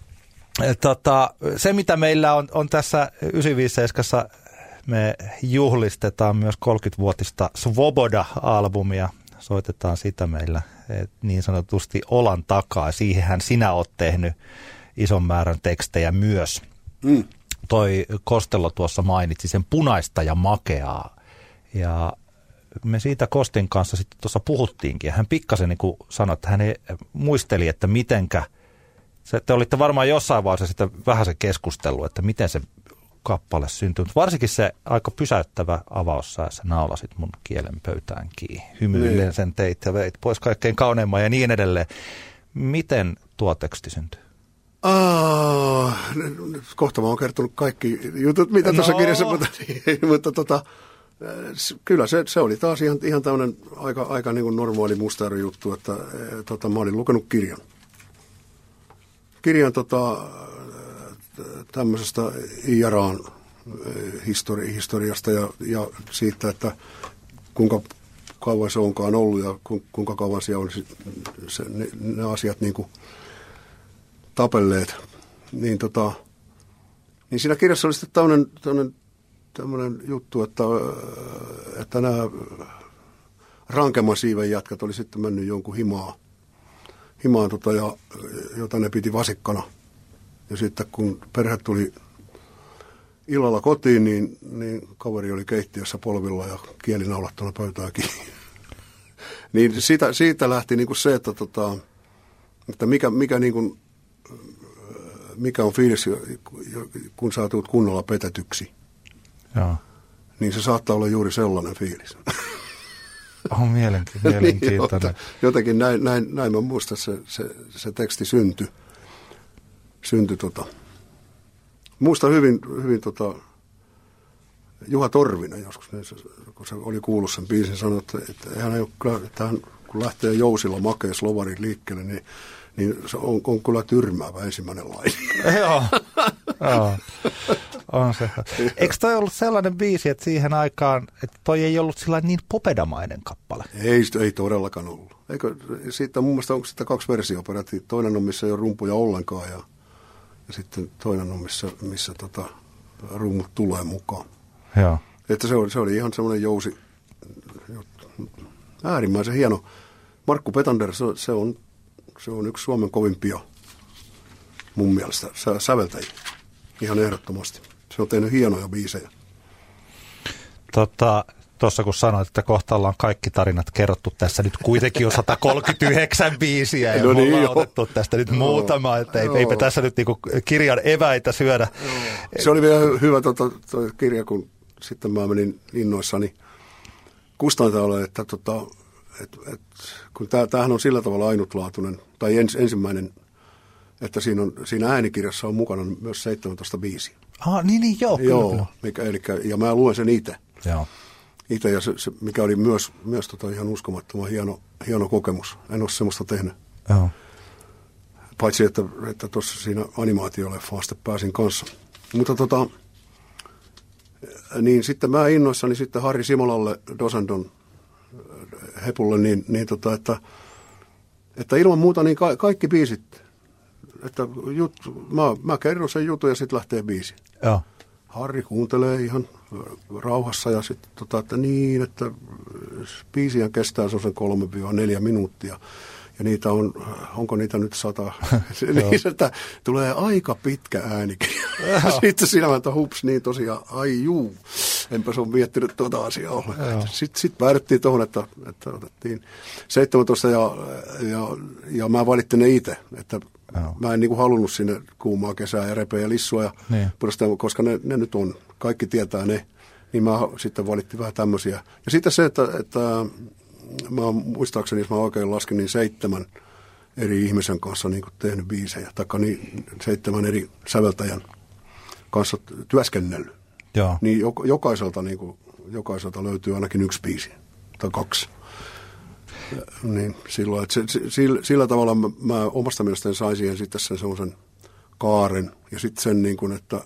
Se, mitä meillä on tässä 957, me juhlistetaan myös 30-vuotista Svoboda-albumia. Soitetaan sitä meillä niin sanotusti olan takaa. Siihenhän sinä oot tehnyt ison määrän tekstejä myös. Toi Kostello tuossa mainitsi sen Punaista ja makeaa. Ja me siitä Kostin kanssa sitten tuossa puhuttiinkin. Hän pikkasen niin kuin sanoi, että hän muisteli, että mitenkä, te olitte varmaan jossain vaiheessa sitä vähän se keskustelu, että miten se kappale syntyi. Varsinkin se aika pysäyttävä avaus, sä naulasit mun kielen pöytään kiinni. Hymyillen sen teit ja veit pois kaikkein kauneimman ja niin edelleen. Miten tuo teksti syntyi? Kohta mä oon kertonut kaikki jutut, mitä tuossa kirjassa, mutta kyllä se oli taas ihan tämmöinen aika niin kuin normaali mustarijuttu, että mä olin lukenut kirjan tämmöisestä IRAn historiasta ja siitä, että kuinka kauan se onkaan ollut ja kuinka kauan siellä on ne asiat niin kuin tapelleet. Niin siinä kirjassa oli sitten tämmöinen juttu, että nämä rankemman siiven jätkät oli sitten mennyt jonkun himaan jota ne piti vasikkana. Ja sitten kun perhe tuli illalla kotiin, niin kaveri oli keittiössä polvilla ja kieli naulattuna pöytään kiinni. Niin siitä lähti niinku se, että mikä niinku mikä on fiilis, kun sä tulet kunnolla petetyksi. Joo. Niin se saattaa olla juuri sellainen fiilis. On mielenkiintoinen. Jotenkin näin mä muistan, se teksti syntyi. Muistan hyvin Juha Torvinen joskus, kun se oli kuullut sen biisin, sanoi, että hän ei ole kyllä, kun lähtee jousilla makea slovarin liikkeelle, niin se on kyllä tyrmäävä ensimmäinen laini. Joo. On se. Eikö toi ollut sellainen biisi, että siihen aikaan, että toi ei ollut sellainen niin popedamainen kappale? Ei todellakaan ollut. Eikö siitä mun mielestä onko sitä 2 versiota peräti? Toinen on, missä ei ole rumpuja ollenkaan ja sitten toinen on, missä rummut tulee mukaan. Joo. Että se oli ihan semmoinen jousi, äärimmäisen hieno. Markku Petander, se on yksi Suomen kovimpia mun mielestä säveltäjiä. Ihan ehdottomasti. Se on tehnyt hienoja biisejä. Tuossa kun sanoit, että kohta ollaan kaikki tarinat kerrottu tässä nyt kuitenkin on 139 biisiä ja no niin, ollaan otettu tästä nyt muutama, että eipä tässä nyt niinku kirjan eväitä syödä. Se oli vielä hyvä toi kirja, kun sitten mä menin innoissani kustantajalle, että kun tämähän on sillä tavalla ainutlaatuinen, tai ensimmäinen, että siinä äänikirjassa on mukana myös 17 biisiä. Niin, joo, kyllä. Ja mä luen sen itse. Joo. Itse, ja se, mikä oli myös ihan uskomattoman hieno kokemus. En ole semmoista tehnyt. Joo. Paitsi, että tuossa siinä animaatioleffaan sitten pääsin kanssa. Mutta niin sitten mä innoissani sitten Harri Simolalle, Dosandon hepulle, että ilman muuta niin kaikki biisit, että mä kerron sen jutun ja sitten lähtee biisi. Joo. Harri kuuntelee ihan rauhassa ja sitten että biisiä kestää se 3-4 minuuttia. Ja niitä onko niitä nyt 100? Niin että tulee aika pitkä äänikirja. Sitten siinä mä hups, niin tosiaan, ai juu, enpä se ole miettinyt tuota asiaa ollenkaan. Sitten päädyttiin tuohon, että otettiin 17 ja mä valittin ne itse, että mä en niinku halunnut sinne kuumaa kesää ja repeä ja lissua, ja koska ne nyt on, kaikki tietää ne, niin mä sitten valittiin vähän tämmöisiä. Ja sitten se, että mä muistaakseni, jos mä oikein lasken, niin 7 eri ihmisen kanssa niin tehnyt biisejä, taikka niin 7 eri säveltäjän kanssa työskennellyt. Joo. Niin jokaiselta löytyy ainakin 1 biisi tai 2. Niin silloin, että sillä tavalla mä omasta mielestäni sain siihen sitten sen semmoisen kaaren ja sitten sen niin kuin, että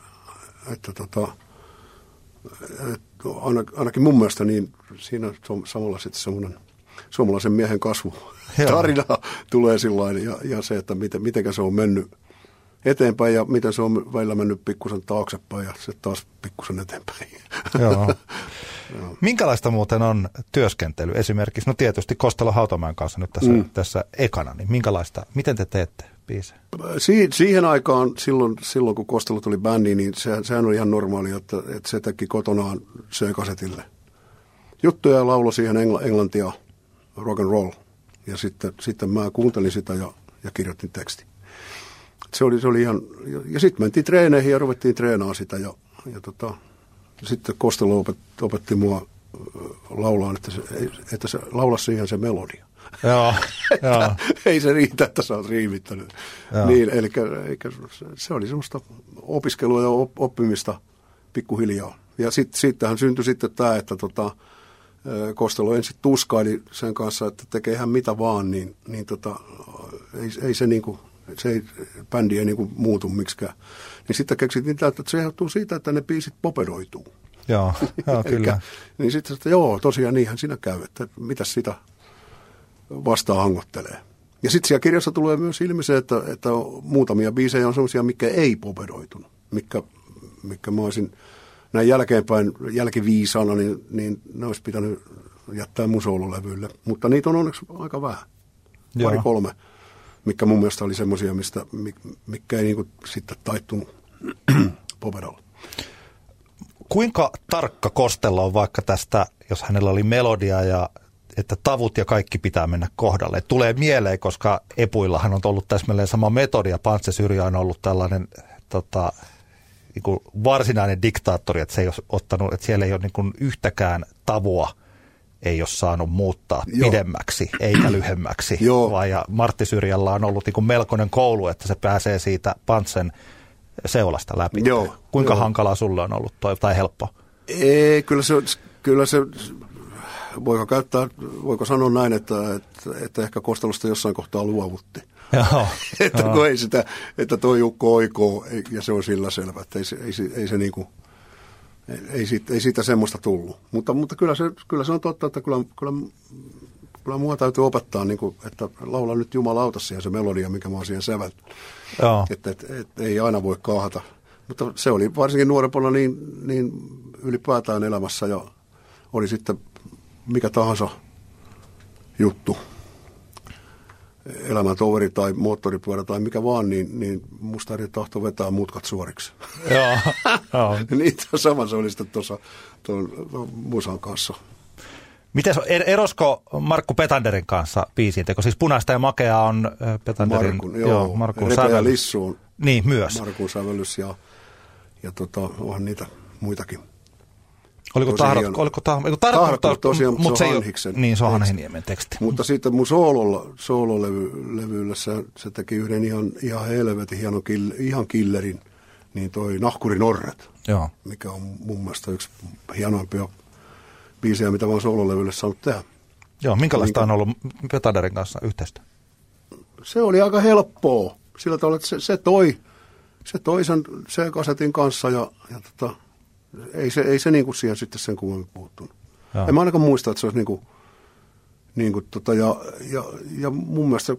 ainakin mun mielestä niin siinä samalla sitten semmoinen suomalaisen miehen kasvu tarina tulee sillain ja se, että miten se on mennyt eteenpäin ja miten se on välillä mennyt pikkusen taaksepäin ja se taas pikkusen eteenpäin. Joo. Minkälaista muuten on työskentely esimerkiksi, no tietysti Kostelo Hautamäen kanssa nyt tässä ekana, niin miten te teette biisejä? Siihen aikaan, silloin kun Kostelo tuli bändiin, niin sehän oli ihan normaalia, että se teki kotonaan C-kasetille juttuja ja lauloi siihen englantia, rock and roll. Ja sitten mä kuuntelin sitä ja kirjoitin teksti. Se oli ihan, ja sitten mentiin treeneihin ja ruvettiin treenaamaan sitä ja sitten Kostelo opetti mua laulaan, että se laula siihen se melodia. Joo. Ei se riitä, että sä oot riimittänyt. Niin, eli se oli semmoista opiskelua ja oppimista pikkuhiljaa. Ja sittenhän syntyi sitten tämä, että Kostelo ensin tuskaili sen kanssa, että tekee ihan mitä vaan, niin ei se niinku, bändi ei niinku muutu miksikään. Niin sitten keksittiin, että se johtuu siitä, että ne biisit popedoituu. Joo, kyllä. Niin sitten, että joo, tosiaan niinhän siinä käy, että mitäs sitä vastaan hangottelee. Ja sitten siellä kirjassa tulee myös ilmi se, että muutamia biisejä on sellaisia, mikä ei popedoitunut, mikä mä olisin näin jälkeenpäin, jälkiviisana, niin ne olisi pitänyt jättää musoululevyille. Mutta niitä on onneksi aika vähän. 2-3, mikä mun mielestä oli semmoisia, mikä ei niinku sitten taittunut popedalla. Kuinka tarkka Kostelo on vaikka tästä, jos hänellä oli melodia ja että tavut ja kaikki pitää mennä kohdalle. Tulee mieleen, koska epuillahan on ollut täsmälleen sama metodi ja Pantse Syrjä on ollut tällainen niin kuin varsinainen diktaattori, että se ei ole ottanut, että siellä ei ole niin kuin yhtäkään tavua ei ole saanut muuttaa pidemmäksi eikä lyhemmäksi. Ja Martti Syrjällä on ollut niin kuin melkoinen koulu, että se pääsee siitä Pantsen seulasta läpi. Kuinka hankalaa sulle on ollut tai helppo? Ei, kyllä se voiko sanoa näin, että ehkä Kostelosta jossain kohtaa luovutti. Että kun ei sitä, että toi Jukko oikoo ja se on sillä selvä, että ei se niinku, ei siitä semmoista tullut. Mutta kyllä se on totta, että kyllä mua täytyy opettaa, niinku, että laula nyt jumalauta siihen se melodia, mikä mä oon siihen säveltä. Että ei aina voi kaahata. Mutta se oli varsinkin nuorempana niin ylipäätään elämässä ja oli sitten mikä tahansa juttu, elämäntoveri tai moottoripyörä tai mikä vaan, niin musta eri tahto vetää mutkat suoriksi. Niitä sama se oli sitten tuon musan kanssa. Miten erosko Markku Petanderin kanssa biisinteko? Siis Punaista ja Makeaa on Petanderin... Markun Repe ja Lissu on niin, myös. Markun sävellys ja onhan niitä muitakin. Oliko Tahdot tosiaan, mutta se on Hanhiksen. Niin, se on Hanhiniemen teksti. Mutta sitten mun soololevyllä se teki yhden ihan helvetin hienon ihan killerin, niin toi Nahkurin Orret, mikä on mun mielestä yksi hienoimpia biisejä, mitä mä oon soololevylle saanut tehdä. Joo, minkälaista on ollut Petanderin kanssa yhteistyö? Se oli aika helppoa. Sillä tavalla, että se toi sen kasetin kanssa ja ei se niinku siihen sitten sen kummemmin puuttunut. En mä ainakaan muista, että se olisi ja mun mielestä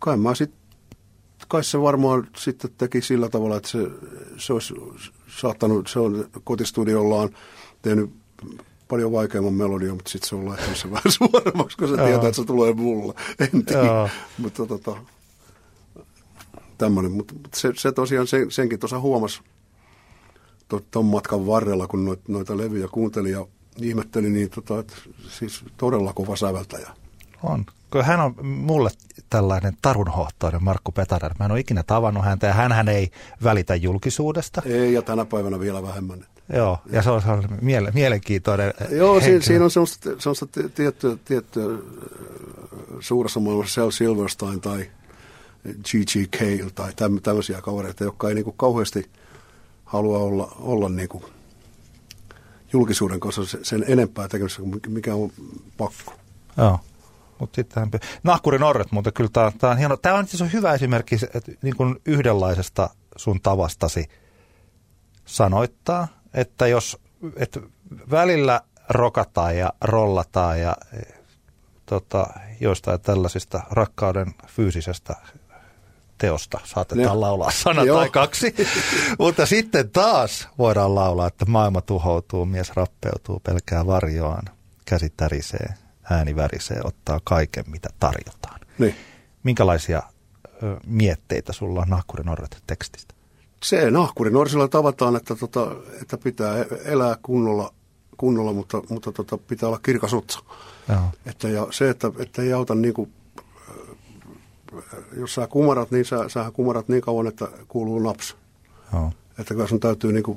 kai se varmaan sitten teki sillä tavalla, että se olisi saattanut, se on kotistudiollaan tehnyt paljon vaikeamman melodian, mutta sitten se on laittanut se vähän suoremmaksi, kun se tietää, että se tulee mulle. En tiedä, mutta tämmöinen. Mutta se tosiaan senkin tuossa huomasi tuon matkan varrella, kun noita levyjä kuuntelin ja ihmettelin, niin että siis todella kova säveltäjä. On. Hän on mulle tällainen tarunhohtoinen Markku Petander. Mä en ole ikinä tavannut häntä ja hänhän ei välitä julkisuudesta. Ei, ja tänä päivänä vielä vähemmän. Joo, ja se on mielenkiintoinen. Joo, siinä on semmoista tiettyä suuressa maailmassa Sal Silverstein tai G.G. Cale tai tämmöisiä kavereita, jotka ei niinku kauheasti halua olla niinku julkisuuden kanssa sen enempää tekemässä, mikä on pakko. Joo. Mutta sitten Nahkurin Orret, mutta kyllä tämä on hieno. Tämä on siis hyvä esimerkki niin kuin yhdenlaisesta sun tavastasi sanoittaa, että jos välillä rokataan ja rollataan ja joistain tällaisista rakkauden fyysisestä teosta saatetaan laulaa sana tai kaksi, mutta sitten taas voidaan laulaa, että maailma tuhoutuu, mies rappeutuu, pelkää varjoaan, käsi tärisee, ääni värisee, ottaa kaiken, mitä tarjotaan. Niin. Minkälaisia mietteitä sulla on Nahkurin Orret tekstistä? Se Nahkurin Orsilla tavataan, että pitää elää kunnolla mutta pitää olla kirkas otsa. Ja se, että ei auta niinku, jos sä kumarat, niin sähän kumarat niin kauan, että kuuluu naps. Joo. Että kyllä sun täytyy niinku,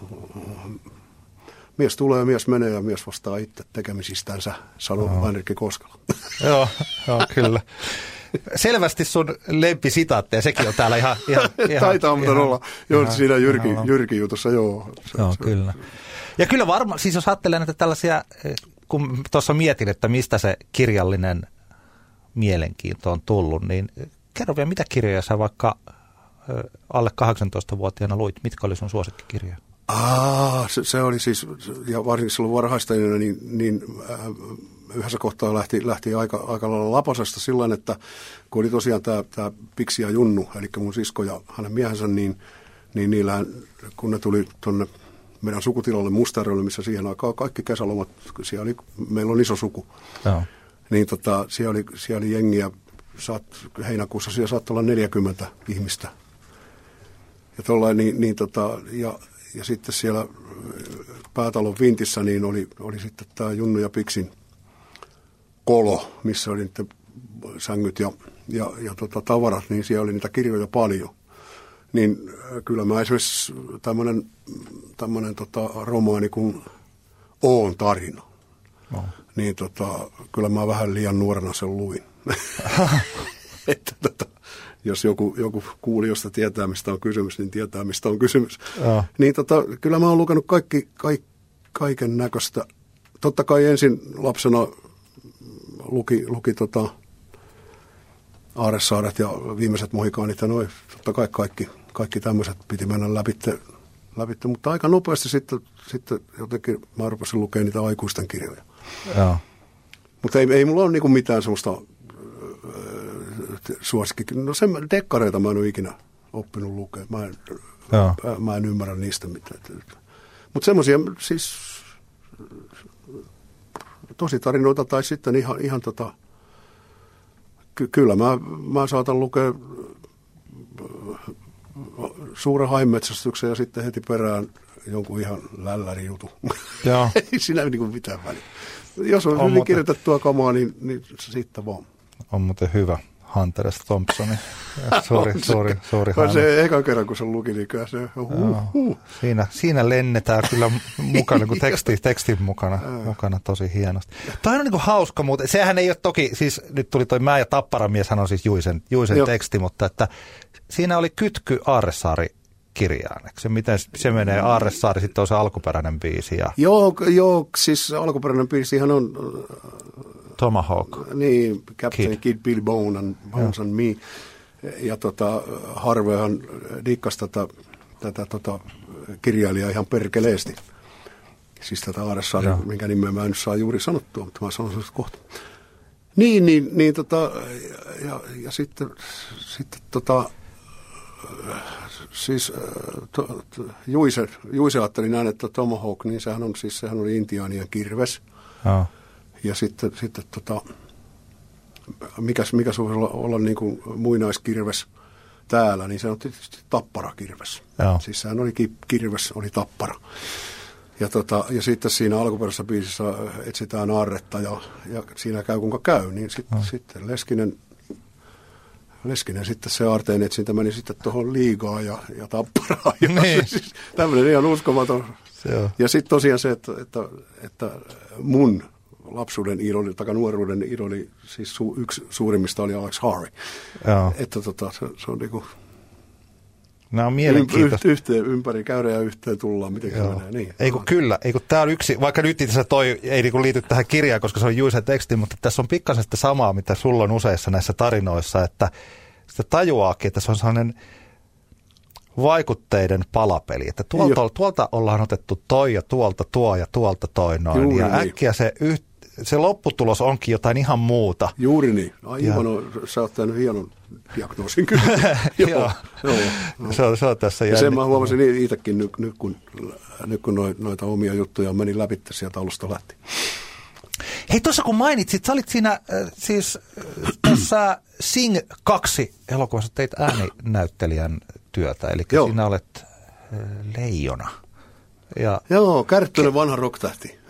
mies tulee ja mies menee ja mies vastaa itse tekemisistänsä, sanoo Heinrich Koskela. Joo, kyllä. Selvästi sun lempisitaatteja, sekin on täällä ihan taitaa muuten olla. Joo, siinä Jyrki jutussa, joo. Joo, kyllä. Ja kyllä varmaan, siis jos ajattelen, että tällaisia, kun tuossa mietin, että mistä se kirjallinen mielenkiinto on tullut, niin kerro vielä, mitä kirjoja sä vaikka alle 18-vuotiaana luit? Mitkä oli sun suosikkikirjoja? Se oli siis, ja varsinkin silloin varhaistajana, niin yhdessä kohtaa lähti aika lailla lapasesta sillain, että kun oli tosiaan tämä Piksi ja Junnu, eli mun sisko ja hänen miehensä, niin niillähän, kun ne tuli tuonne meidän sukutilalle Mustajärvelle, missä siihen aikaan kaikki kesälomat, meillä on iso suku, niin siellä oli jengiä, heinäkuussa siellä saattoi olla 40 ihmistä. Ja tollain, ja sitten siellä päätalon vintissä niin oli sitten tämä Junnu ja Piksin kolo, missä oli niiden sängyt ja tavarat, niin siellä oli niitä kirjoja paljon. Niin kyllä mä esimerkiksi tämmöinen romaani kuin Oon tarina. No. Niin kyllä mä vähän liian nuorena sen luin. Että jos joku kuulijoista tietää, mistä on kysymys, niin tietää, mistä on kysymys. Ja. Niin kyllä mä oon lukenut kaiken näköistä. Totta kai ensin lapsena luki Aarresaaret ja Viimeiset mohikaanit ja noin. Totta kai kaikki tämmöiset piti mennä läpitte, mutta aika nopeasti sitten jotenkin mä rupesin lukemaan niitä aikuisten kirjoja. Ja. Mutta ei mulla ole niinku mitään semmoista suosikkikin. No dekkareita mä en ole ikinä oppinut lukea. Mä en ymmärrä niistä mitään. Mutta semmoisia siis tositarinoita tai sitten ihan kyllä mä saatan lukea Suuren haimetsästyksen ja sitten heti perään jonkun ihan lälläri jutu. Ei siinä niinku mitään väliä. Jos on hyvin kirjoitettua kamaa, niin sitten vaan. On muuten hyvä. Hunter S. Thompsoni. Suuri on se eka kerran, kun se luki, niin kyllä se Siinä lennetään kyllä mukana, kun tekstin mukana tosi hienosti. Toi on niin kuin hauska muuten. Sehän ei ole toki, siis nyt tuli toi Mä ja Tapparamieshän on siis Juisen teksti, mutta että siinä oli kytky Aarresaari-kirjaan. Miten se menee Aarresaari, sitten on se alkuperäinen biisi. Ja... Joo, siis alkuperäinen biisihan on... Tomahawk. Niin, Captain Kid Bill Bones and Me. Ja Harveyhan dikkasi tätä kirjailijaa ihan perkeleesti. Siis tätä Aarresaari, minkä nimeä mä en nyt saa juuri sanottua, mutta mä sanon sen kohta. Ja sitten siis Juise ajatteli näin, että Tomahawk, niin sehän oli intiaanien kirves. Ja sitten mikä se voisi olla niin kuin muinaiskirves täällä, niin se on tietysti tapparakirves. Siis sehän oli kirves, oli tappara. Ja sitten siinä alkuperäisessä biisissä etsitään aarretta ja siinä käy kuinka käy, niin sitten Leskinen sitten se aarteen etsintä meni sitten tuohon liigaan ja tapparaan. Niin. Siis tämmöinen ihan uskomaton. Ja sitten tosiaan se, että mun lapsuuden idoli, tai nuoruuden idoli, siis yksi suurimmista oli Alex Harvey. Että se on niinku... Nämä on mielenkiintoista. Yhteen ympäri käydä ja yhteen tullaan, miten se menee. Niin. Ei kun tämä on yksi, vaikka nyt itse asiassa toi ei niinku liity tähän kirjaan, koska se on Juisen teksti, mutta tässä on pikkasen sitä samaa, mitä sulla on useissa näissä tarinoissa, että sitä tajuaakin, että se on sellainen vaikutteiden palapeli, että tuolta ollaan otettu toi ja tuolta tuo ja tuolta toi noin. Juuri ja äkkiä se lopputulos onkin jotain ihan muuta. Kun sä oot tehnyt hienon diagnoosin kyllä. Joo. Se on tässä ja sen mä huomasin itsekin nyt kun noita omia juttuja meni läpi sieltä alusta lähti. Hei, tuossa kun mainitsit, sä olit siinä siis tässä Sing 2 elokuvassa teit ääninäyttelijän työtä, eli siinä olet leijona. Joo, Kärttönen vanha rocktähti.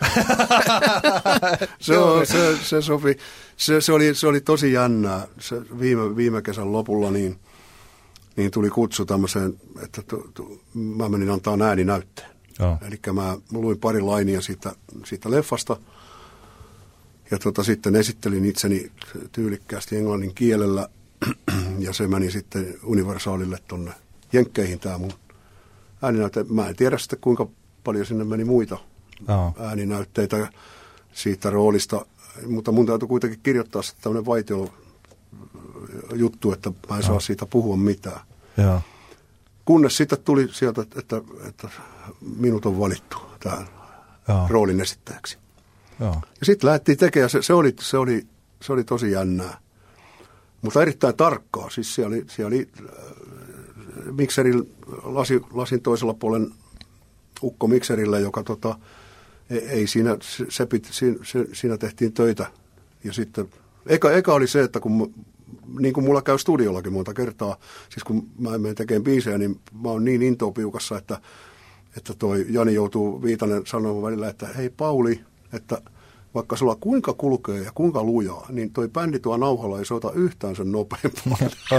Se sopi. Se oli tosi jännää. Se viime kesän lopulla niin tuli kutsu tämmöiseen, että mä menin antaa ääninäytteen. Eli mä luin pari lainia siitä leffasta ja sitten esittelin itseni tyylikkäästi englannin kielellä ja se meni sitten Universalille tonne Jenkkeihin tämä mun ääninäyte. Mä en tiedä sitten kuinka paljon sinne meni muita ääninäytteitä siitä roolista, mutta mun täytyy kuitenkin kirjoittaa sitten tämmöinen vaitiolojuttu, että mä en saa siitä puhua mitään. Ja. Kunnes sitten tuli sieltä, että minut on valittu tähän roolin esittäjäksi. Ja sitten lähdettiin tekemään, se oli tosi jännää, mutta erittäin tarkkaa. Siis siellä oli mikserin lasin toisella puolen ukko mikserillä, joka ei siinä siinä tehtiin töitä. Ja sitten eka oli se, että niin kuin mulla käy studiollakin monta kertaa, siis kun mä menen tekemään biisejä, niin mä oon niin intopiukassa, että toi Jani joutuu Viitanen sanomaan välillä, että hei Pauli, että vaikka sulla kuinka kulkee ja kuinka lujaa, niin toi bändi tuo nauhalla ei soita yhtään sen nopeampaa.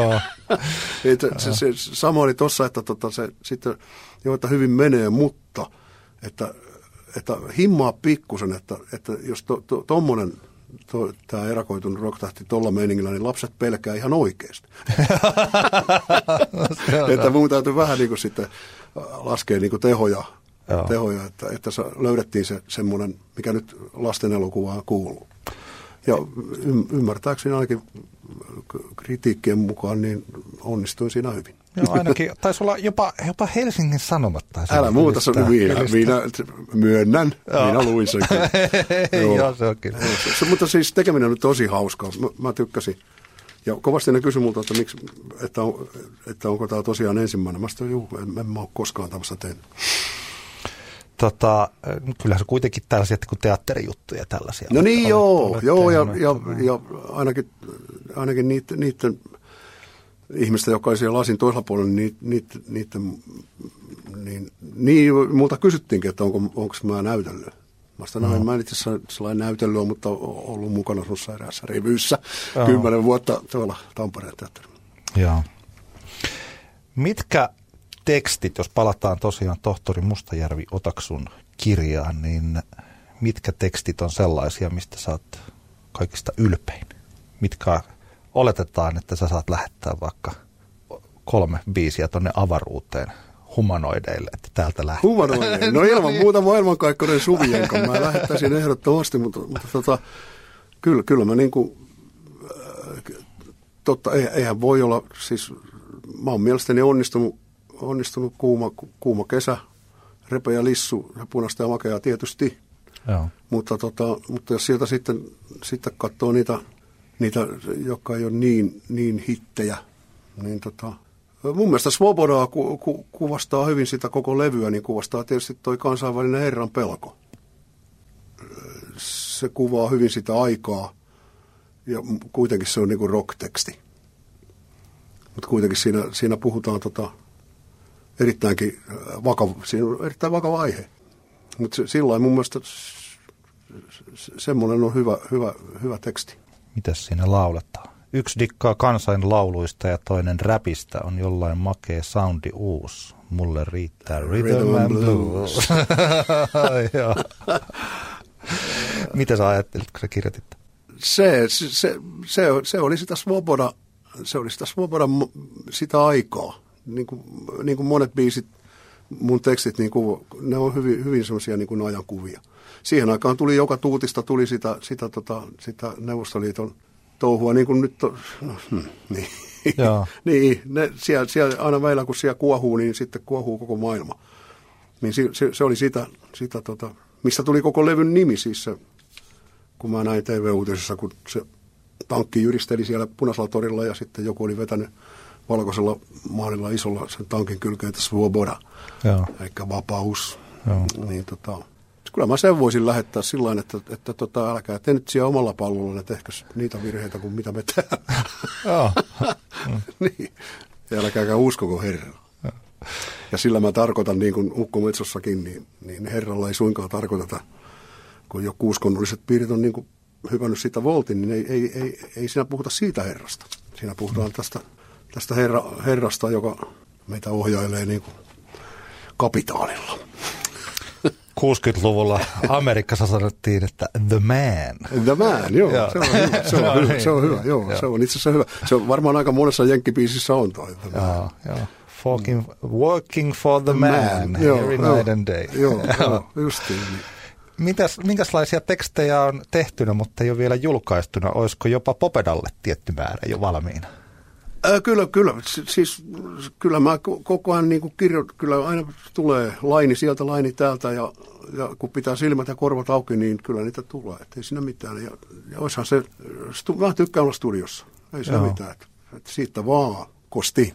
Se sama oli tossa, että se sitten joita hyvin menee, mutta että himmaa pikkusen, että jos tommonen tämä erakoitunut rocktähti tuolla meiningillä, niin lapset pelkää ihan oikeasti. Että mun täytyy vähän niin kuin sitten laskea niin kuin tehoja, että löydettiin se semmoinen, mikä nyt lasten elokuvaan kuuluu. Ja ymmärtääkseni ainakin kritiikkien mukaan, niin onnistuin siinä hyvin. Joo, ainakin taisi olla jopa Helsingin Sanomat. Älä muuta, minä myönnän, minä luin sen. Joo, se onkin. Mutta siis tekeminen on tosi hauskaa. Mä tykkäsin. Ja kovasti ne kysyi multa, että onko tämä tosiaan ensimmäinen. Mä sanoin, en mä ole koskaan tämmöistä tehnyt. Kyllähän se kuitenkin tällaisia kuin teatterijuttuja tällaisia. No niin, joo ja ainakin niiden ihmistä, joka oli siellä lasin toisella puolella, niin multa kysyttiinkin, että onko mä näytellyt. Mä sanoin, mä en itse asiassa sellainen näytellyt, mutta ollut mukana sussa eräässä revyyssä 10 vuotta tuolla Tampereen teatterilla. Joo. Mitkä tekstit, jos palataan tosiaan tohtori Mustajärvi Otaksun kirjaan, niin mitkä tekstit on sellaisia, mistä sä oot kaikista ylpein? Mitkä oletetaan, että sä saat lähettää vaikka 3 biisiä tonne avaruuteen humanoideille, että täältä lähtee. Humanoideille? No ilman muuta maailmankaikkeuden Suvi, jonka mä lähettäisin ehdottomasti, mutta kyllä mä niin kuin, eihän voi olla, siis mä oon mielestäni onnistunut kuuma kesä, repeä lissu ja punaista ja makeaa tietysti. Joo. Mutta jos sieltä sitten katsoo niitä, jotka ei ole niin hittejä, niin mun mielestä Svobodaa kuvastaa hyvin sitä koko levyä, niin kuvastaa tietysti toi kansainvälinen herran pelko. Se kuvaa hyvin sitä aikaa ja kuitenkin se on niinku rock-teksti. Mutta kuitenkin siinä puhutaan siinä on erittäin vakava aihe. Mutta sillä mun mielestä semmoinen on hyvä teksti. Mitäs siinä lauletaan? Yksi dikkaa kansainlauluista ja toinen räpistä, on jollain makea soundi uusi. Mulle riittää rhythm and blues. Mitä sä ajattelit, kun sä kirjoitit? Se oli sitä Svoboda, sitä aikaa. Niin kuin monet biisit, mun tekstit, niin kuin, ne on hyvin semmoisia niin kuin ajankuvia. Siihen aikaan tuli joka tuutista tuli sitä Neuvostoliiton touhua, niin kuin nyt niin. Niin, siellä aina meillä kun siellä kuohuu, niin sitten kuohuu koko maailma. Niin se oli sitä mistä tuli koko levyn nimi siis se, kun mä näin TV-uutisessa, kun se tankki jyristeli siellä Punaisella torilla ja sitten joku oli vetänyt valkoisella maalilla isolla sen tankin kylkeen, että Svoboda, eikä vapaus. Niin kyllä mä sen voisin lähettää sillain, että älkää te nyt siellä omalla pallolla tehkäs niitä virheitä kuin mitä me tehdään. Niin. Ja älkääkään uskoko Herraa. Ja sillä mä tarkoitan, niin kuin Ukko Metsossakin, niin Herralla ei suinkaan tarkoiteta, kun joku uskonnolliset piirit on niin kuin hypännyt siitä voltin, niin ei siinä puhuta siitä Herrasta. Siinä puhutaan tästä herrasta, joka meitä ohjailee niin kuin kapitaalilla. 60-luvulla Amerikassa sanottiin, että the man. The man, joo. Se on hyvä. Joo, se on itse asiassa hyvä. Se on varmaan aika monessa jenkkibiisissä on toi. Joo. Working for the man every night and day. Joo, justiin. Minkälaisia tekstejä on tehtynä, mutta ei ole vielä julkaistuna? Olisiko jopa Popedalle tietty määrä jo valmiina? Kyllä. Siis kyllä mä koko ajan niin kyllä aina tulee laini sieltä, laini täältä ja kun pitää silmät ja korvat auki, niin kyllä niitä tulee. Et ei siinä mitään. Ja oishan se, mä tykkään olla studiossa. Ei siinä mitään. Että siitä vaan kosti.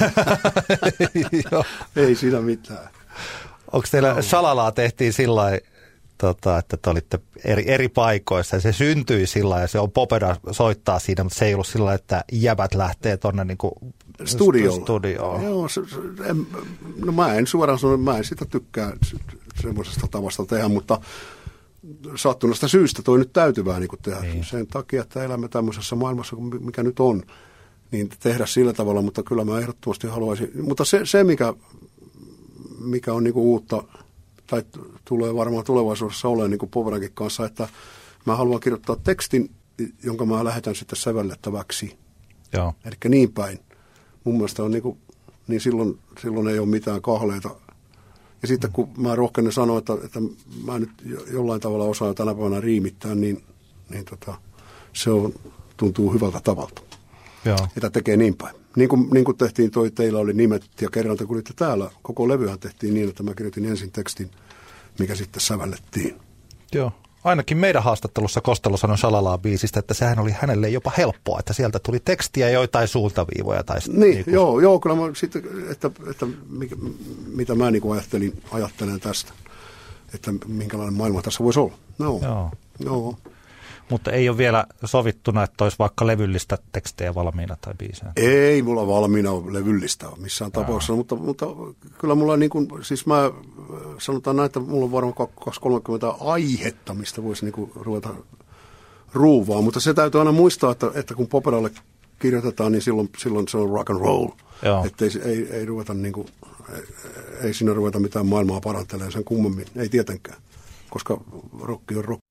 Ei siinä mitään. Onko teillä Salalaa tehtiin sillä lailla, että te olitte eri paikoissa ja se syntyi sillä lailla ja se on Popeda soittaa siinä, mutta se ei ollut sillä lailla, että jäbät lähtee tuonne niin studioon. Joo, no mä en suoraan sanoa, mä en sitä tykkää semmoisesta tavasta tehdä, mutta sattuneesta syystä toi nyt täytyy vähän niin kuin tehdä. Niin. Sen takia, että elämme tämmöisessä maailmassa, mikä nyt on, niin tehdä sillä tavalla, mutta kyllä mä ehdottomasti haluaisin. Mutta se mikä on niin kuin uutta, tai tulee varmaan tulevaisuudessa olemaan niin kuin Poverankin kanssa, että mä haluan kirjoittaa tekstin, jonka mä lähetän sitten sävellettäväksi. Joo. Eli niin päin. Mun mielestä on niin silloin ei ole mitään kahleita. Ja sitten kun mä rohkenen sanoa, että mä nyt jollain tavalla osaan tänä päivänä riimittää, niin se tuntuu hyvältä tavalta. Joo. Että tekee niin päin. Niin kuin tehtiin teillä oli nimet ja kerralta kun olitte täällä, koko levyhän tehtiin niin, että mä kirjoitin ensin tekstin, mikä sitten sävellettiin. Joo. Ainakin meidän haastattelussa Kostelo sanoi Shalalaa-biisistä, että sehän oli hänelle jopa helppoa, että sieltä tuli tekstiä ja joitain suuntaviivoja. Tai niin, joo, kyllä mä sitten, että mitä mä niin kuin ajattelen tästä, että minkälainen maailma tässä voisi olla. Joo. Mutta ei ole vielä sovittuna, että olisi vaikka levyllistä tekstejä valmiina tai biisejä. Ei mulla valmiina ole levyllistä missään tapauksessa, mutta kyllä mulla niin kuin, siis mä sanotaan näin, että mulla on varmaan 230 aihetta, mistä voisi niin kuin ruveta ruuvaa, mutta se täytyy aina muistaa, että kun Poperalle kirjoitetaan, niin silloin se on rock and roll. Että ei ruveta niin kuin, ei siinä ruveta mitään maailmaa parantelemaan sen kummemmin, ei tietenkään, koska rokki on rock.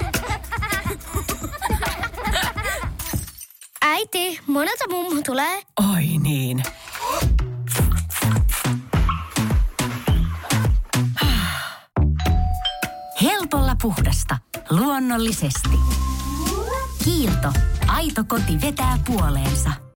Äiti, monelta mummu tulee? Oi niin. Helpolla puhdasta. Luonnollisesti. Kiilto. Aito koti vetää puoleensa.